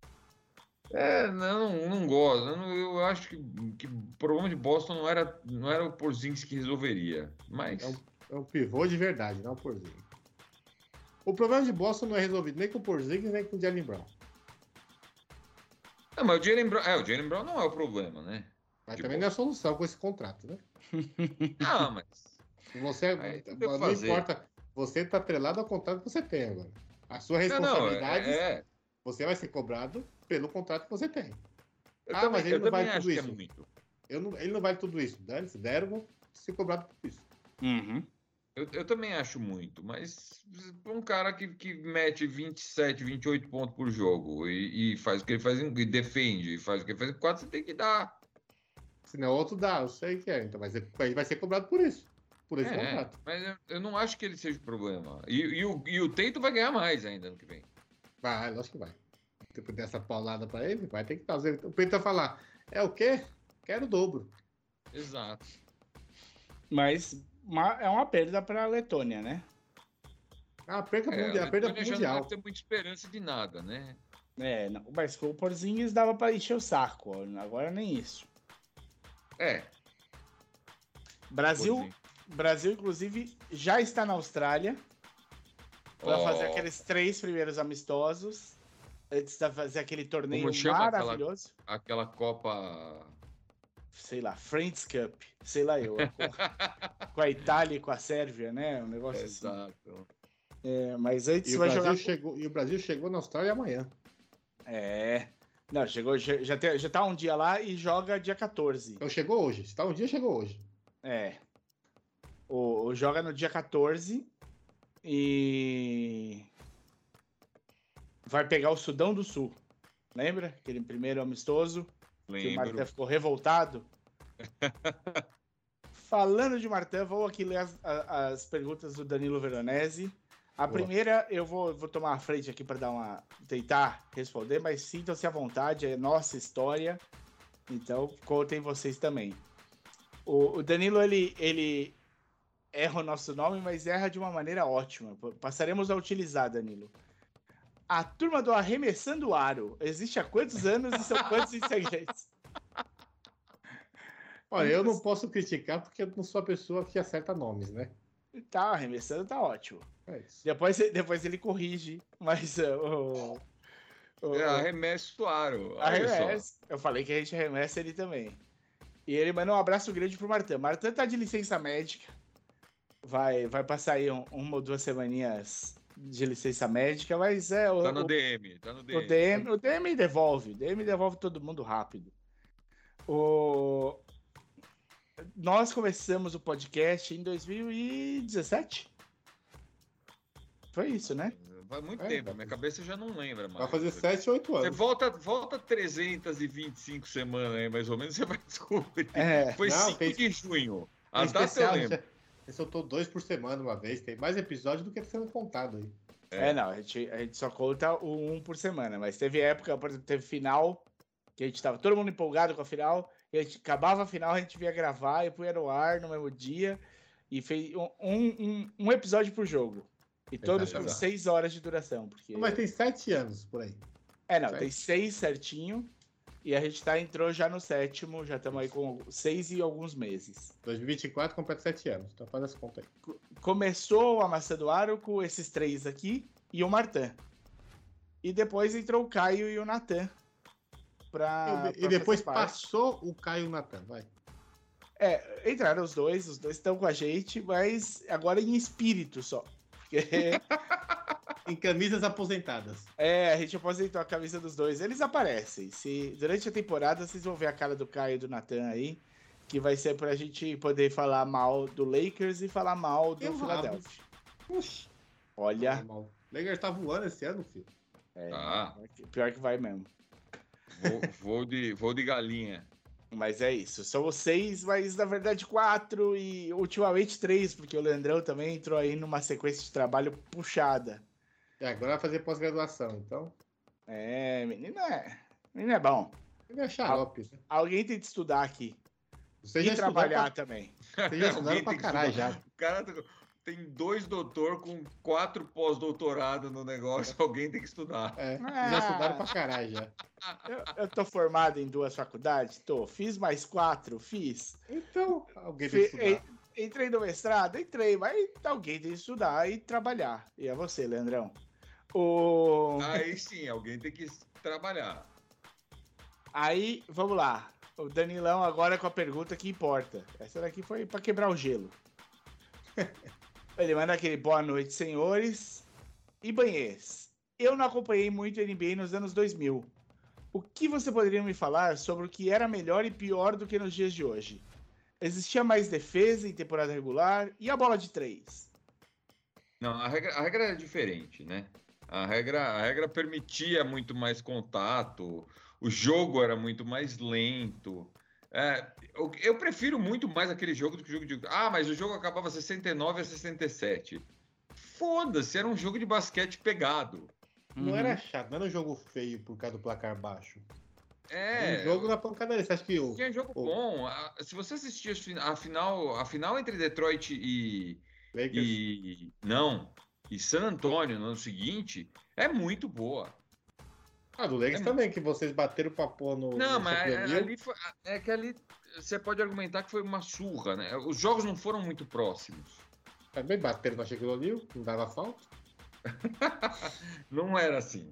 Não gosto. Eu acho que o problema de Boston não era o Porzingis que resolveria. Mas... É um pivô de verdade, não o Porzingis. O problema de Boston não é resolvido nem com o Porzingis, nem com o Jaylen Brown. Não, mas o Jaylen Brown não é o problema, né? Mas também não é a solução com esse contrato, né? Não, mas... não importa, você está atrelado ao contrato que você tem agora. A sua responsabilidade, você vai ser cobrado pelo contrato que você tem. Mas ele não vale tudo isso. Ele não vale tudo isso. Se der, eu vou ser cobrado por isso. Uhum. Eu também acho muito, mas um cara que mete 27, 28 pontos por jogo e faz o que ele faz, e defende, e faz o que ele faz em 4, você tem que dar. Senão outro dá, eu sei que é. Então ele vai ser cobrado por isso. Por esse contrato. Mas eu não acho que ele seja o problema. E o Tatum vai ganhar mais ainda ano que vem. Vai, lógico que vai. Depois dessa paulada pra ele, vai ter que fazer. O Peito vai falar, é o quê? Quero o dobro. Exato. Mas é uma perda para a Letônia, né? A perda mundial. A perda mundial. Já não deve ter muita esperança de nada, né? Não, mas com o Porzingis dava para encher o saco. Agora nem isso. Brasil, inclusive, já está na Austrália para fazer aqueles 3 primeiros amistosos antes de fazer aquele torneio maravilhoso. Aquela Copa... Sei lá, Friends Cup. Sei lá eu. Com a Itália e com a Sérvia, né? Um negócio assim. Exato. Mas antes vai jogar... E o Brasil chegou na Austrália amanhã. Não, chegou, já tá um dia lá e joga dia 14. Então chegou hoje. Se tá um dia, chegou hoje. Joga no dia 14 e vai pegar o Sudão do Sul. Lembra? Aquele primeiro amistoso. Lembro. Que o Martin ficou revoltado. Falando de Martin, vou aqui ler as perguntas do Danilo Veronese. A primeira, eu vou tomar a frente aqui para tentar responder, mas sintam-se à vontade, é nossa história, então contem vocês também. O Danilo, ele erra o nosso nome, mas erra de uma maneira ótima. Passaremos a utilizar, Danilo. A turma do Arremessando o Aro existe há quantos anos e são quantos integrantes? Olha, eu não posso criticar porque eu não sou a pessoa que acerta nomes, né? Tá, arremessando tá ótimo. É isso. Depois ele corrige, mas Arremesso do aro. Olha arremessa. Eu falei que a gente arremessa ele também. E ele manda um abraço grande pro Martã. Martã tá de licença médica. Vai passar aí uma ou 2 semaninhas de licença médica, mas Tá no DM, tá no DM. O DM devolve. O DM devolve todo mundo rápido. Nós começamos o podcast em 2017. Foi isso, né? Faz muito tempo, minha cabeça já não lembra mais. Vai fazer 7 ou 8 Você anos. volta 325 semanas aí, mais ou menos, você vai descobrir. Foi Não, 5 de junho. Tem A data eu especial, lembro. Você soltou 2 por semana uma vez. Tem mais episódio do que sendo contado aí. Não, a gente só conta o 1 por semana, mas teve época, por exemplo, teve final, que a gente tava todo mundo empolgado com a final, e a gente acabava a final, a gente vinha gravar e punha no ar no mesmo dia, e fez um episódio por jogo. E todos com 6 horas de duração. Porque... Mas tem 7 anos por aí. Tem 6 certinho, e a gente entrou já no 7º, já estamos aí com 6 e alguns meses. 2024 completa 7 anos, então faz essa conta aí. Começou o Amassando do Aro com esses 3 aqui e o Martã. E depois entrou o Caio e o Natan. E depois passou o Caio e o Natan, vai. Entraram os dois estão com a gente, mas agora em espírito só. Porque... em camisas aposentadas. A gente aposentou a camisa dos dois. Eles aparecem. Durante a temporada vocês vão ver a cara do Caio e do Natan aí, que vai ser pra gente poder falar mal do Lakers e falar mal do Philadelphia. Puxa. Olha. O Lakers tá voando esse ano, filho. Pior que vai mesmo. Voo de galinha. Mas é isso. Somos 6, mas na verdade 4 e ultimamente 3, porque o Leandrão também entrou aí numa sequência de trabalho puxada. Agora vai fazer pós-graduação, então. Menino é bom. Ele é xarope. Né? Alguém tem que estudar aqui. Você e trabalhar também. Você já estudaram pra caralho já. O cara tem 2 doutor com 4 pós-doutorado no negócio. Alguém tem que estudar. Já estudaram pra caralho já. Eu tô formado em 2 faculdades? Fiz mais 4? Fiz. Então, alguém tem que estudar. Entrei no mestrado? Entrei, mas alguém tem que estudar e trabalhar. E é você, Leandrão. Aí sim, alguém tem que trabalhar. Aí, vamos lá. O Danilão agora com a pergunta que importa. Essa daqui foi pra quebrar o gelo. Ele manda aquele boa noite, senhores. E Banhês, eu não acompanhei muito NBA nos anos 2000. O que você poderia me falar sobre o que era melhor e pior do que nos dias de hoje? Existia mais defesa em temporada regular e a bola de 3? Não, a regra era diferente, né? A regra permitia muito mais contato, o jogo era muito mais lento. Eu prefiro muito mais aquele jogo do que o jogo de... mas o jogo acabava 69-67. Foda-se, era um jogo de basquete pegado. Não era chato, não era um jogo feio por causa do placar baixo. Um jogo na pancadaria. Você acha que tinha jogo bom. Se você assistir a final entre Detroit e San Antonio no ano seguinte, é muito boa. Do Lakers também, que vocês bateram pra pôr no... Não, mas ali você pode argumentar que foi uma surra, né? Os jogos não foram muito próximos. Também bateram no Shaquille O'Neal, não dava falta. Não era assim.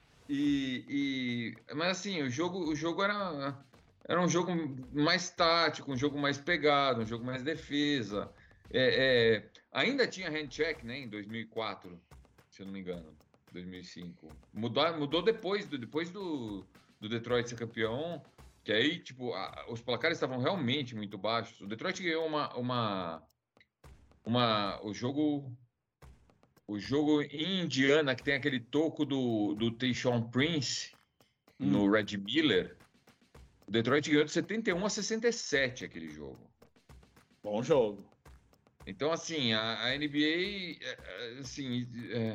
Mas assim, o jogo era um jogo mais tático, um jogo mais pegado, um jogo mais defesa. Ainda tinha hand check, né, em 2004, se eu não me engano, 2005. Mudou depois do Detroit ser campeão, que aí, tipo, os placares estavam realmente muito baixos. O Detroit ganhou o jogo em Indiana, que tem aquele toco do Tayshaun Prince no Red Miller. O Detroit ganhou de 71-67 aquele jogo. Bom jogo. Então, assim, a NBA, assim,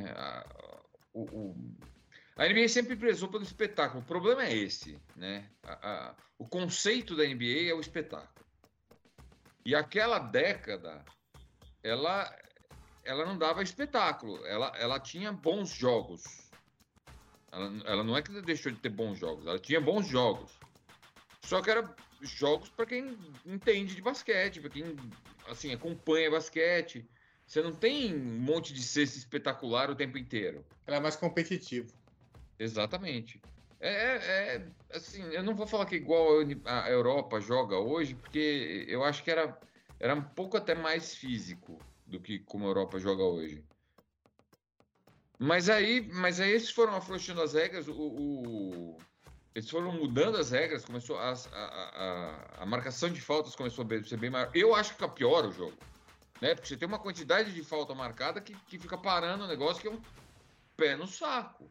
a NBA sempre prezou pelo espetáculo. O problema é esse, né? O conceito da NBA é o espetáculo. E aquela década ela não dava espetáculo. Ela tinha bons jogos. Ela não é que deixou de ter bons jogos. Ela tinha bons jogos. Só que era jogos para quem entende de basquete, para quem assim acompanha basquete. Você não tem um monte de cesta espetacular o tempo inteiro. Ela é mais competitivo. Exatamente. Assim, eu não vou falar que igual a Europa joga hoje, porque eu acho que era um pouco até mais físico do que como a Europa joga hoje. Mas aí eles foram afrouxando as regras, eles foram mudando as regras, começou a marcação de faltas começou a ser bem maior. Eu acho que fica pior o jogo, né? Porque você tem uma quantidade de falta marcada que fica parando o negócio, que é um pé no saco.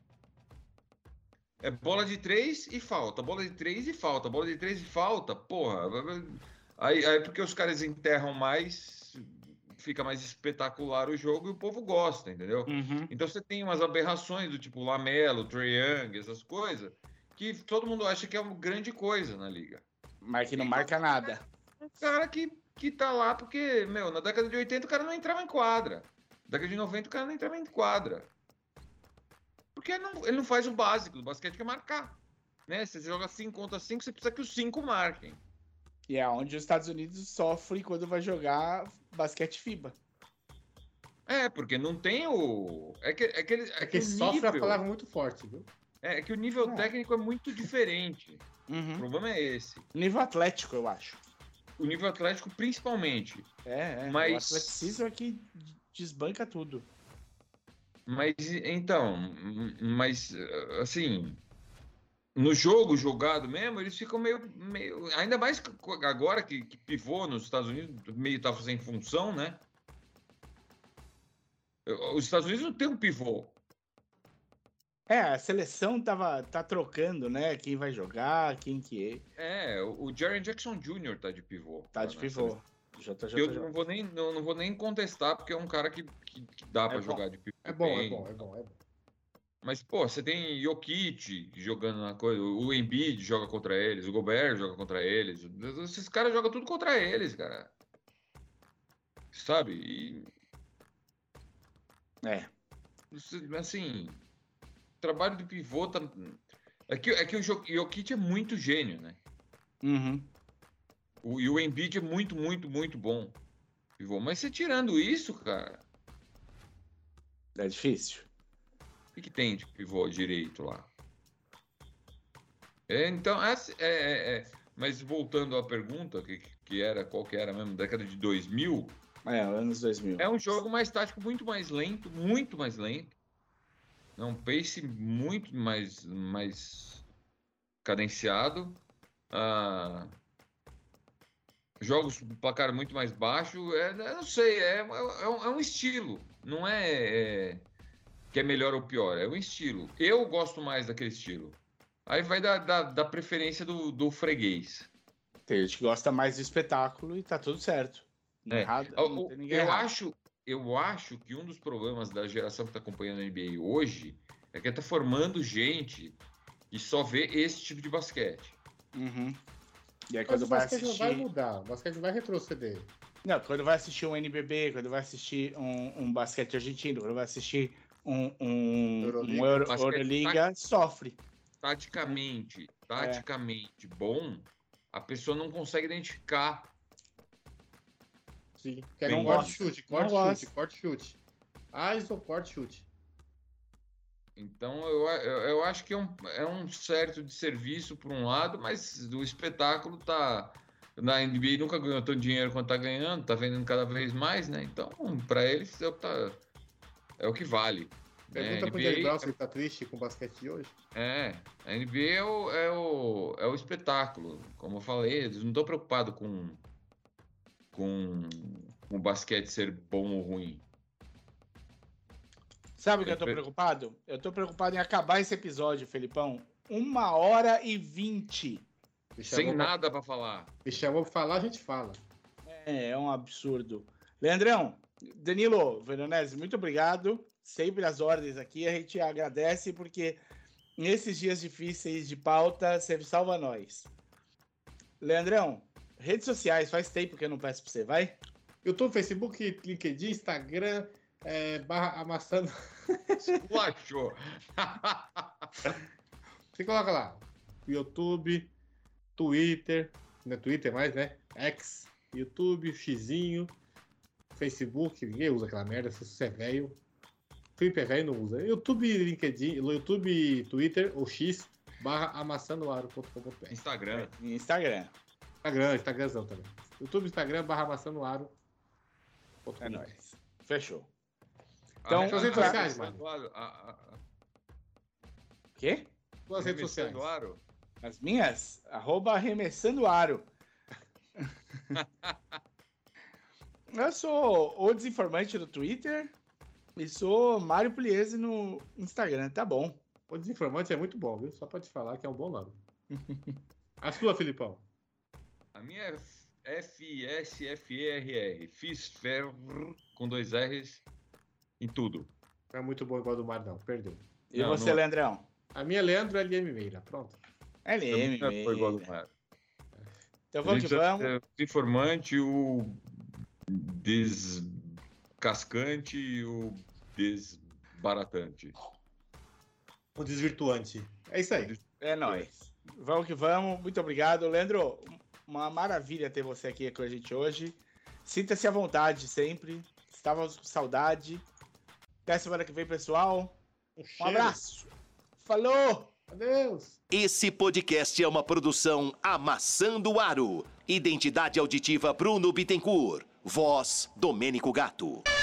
É bola de 3 e falta, bola de 3 e falta, bola de 3 e falta, porra. Aí porque os caras enterram mais, fica mais espetacular o jogo e o povo gosta, entendeu? Uhum. Então você tem umas aberrações do tipo Lamelo, Trae Young, essas coisas, que todo mundo acha que é uma grande coisa na liga. Mas que não marca nada. Um cara que tá lá porque, na década de 80 o cara não entrava em quadra. Na década de 90 o cara não entrava em quadra. Porque ele não faz o básico do basquete, que é marcar. Né? Você joga 5 contra 5, você precisa que os 5 marquem. E é onde os Estados Unidos sofrem quando vai jogar basquete FIBA. Porque não tem o... É que o sofre nível... a palavra muito forte, viu? É que o nível técnico é muito diferente. Uhum. O problema é esse. Nível atlético, eu acho. O nível atlético, principalmente. Mas... O atleticismo é que desbanca tudo. Mas, então... Mas, assim... No jogo jogado mesmo, eles ficam meio... Ainda mais agora que pivô nos Estados Unidos, meio tá fazendo função, né? Os Estados Unidos não tem um pivô. A seleção tá trocando, né? Quem vai jogar, quem que é. O Jaren Jackson Jr. tá de pivô. Tá de pivô. Eu não vou nem contestar, porque é um cara que dá pra jogar de pivô. É bom. Mas, pô, você tem Jokic jogando na coisa, o Embiid joga contra eles, o Gobert joga contra eles. Esses caras jogam tudo contra eles, cara. Sabe? Assim... O trabalho do pivô tá... É que o Jokic é muito gênio, né? Uhum. E o Embiid é muito, muito, muito bom. Pivô. Mas você tirando isso, cara... É difícil. O que tem de pivô direito lá? Então, mas voltando à pergunta, qual que era mesmo? Década de 2000? Anos 2000. É um jogo mais tático, muito mais lento. É um pace muito mais cadenciado. Jogos com placar muito mais baixo. Eu não sei, é um estilo. Não é que é melhor ou pior, é um estilo. Eu gosto mais daquele estilo. Aí vai da preferência do freguês. Tem gente que gosta mais do espetáculo e tá tudo certo. Errado, não tem ninguém errado. Eu acho que um dos problemas da geração que está acompanhando a NBA hoje é que está formando gente que só vê esse tipo de basquete. Uhum. E aí, quando vai assistir... Não vai mudar, o basquete vai retroceder. Não, quando vai assistir um NBB, quando vai assistir um basquete argentino, quando vai assistir um Euroliga, sofre. Taticamente bom, a pessoa não consegue identificar. Sim, quer corte-chute. ISO, corte-chute. Então, eu acho que é um certo de serviço por um lado, mas o espetáculo tá... Na NBA nunca ganhou tanto dinheiro quanto tá ganhando, tá vendendo cada vez mais, né? Então, para eles é o que vale. Pergunta pro Jerry Brown se ele tá triste com o basquete de hoje. A NBA é o espetáculo. Como eu falei, eles não estão preocupados com o basquete ser bom ou ruim. Sabe o que eu tô preocupado? Eu tô preocupado em acabar esse episódio, Felipão. 1h20. Sem nada pra falar. Me chamou pra falar, a gente fala. É um absurdo. Leandrão, Danilo, Veronese, muito obrigado. Sempre as ordens aqui, a gente agradece, porque nesses dias difíceis de pauta, você salva nós. Leandrão, redes sociais, faz tempo que eu não peço pra você, vai? YouTube, Facebook, LinkedIn, Instagram, /amassando. Esculachou. Você coloca lá. YouTube, Twitter. Não é Twitter mais, né? X, YouTube, Xzinho, Facebook. Ninguém usa aquela merda, se você é velho. Felipe é velho, não usa. YouTube, LinkedIn, YouTube, Twitter ou X /amassandoaro.com.br. Instagram. Instagramzão também. YouTube, Instagram /amassandoaro. É nóis. Fechou. Então, suas redes sociais, mano. Quê? Suas redes sociais. As minhas? @arremessandoaro. Eu sou o Desinformante no Twitter e sou Mário Pugliese no Instagram, tá bom. O Desinformante é muito bom, viu? Só pode falar que é um bom nome. A sua, Filipão? A minha é FSFERR. Fisfer com 2 R's em tudo. Não é muito bom igual do Mário, não. Perdeu. E Não, você, não é. Leandrão? A minha é Leandro LM Meira. Pronto. LM. Também foi igual do Mário. Então vamos que vamos. O informante, o descascante e o desbaratante. O desvirtuante. É isso aí. É nóis. Vamos que vamos. Muito obrigado. Leandro, uma maravilha ter você aqui com a gente hoje. Sinta-se à vontade sempre. Estávamos com saudade. Até semana que vem, pessoal. Um abraço. Falou! Adeus. Esse podcast é uma produção Amassando o Aro. Identidade auditiva Bruno Bittencourt. Voz Domênico Gato.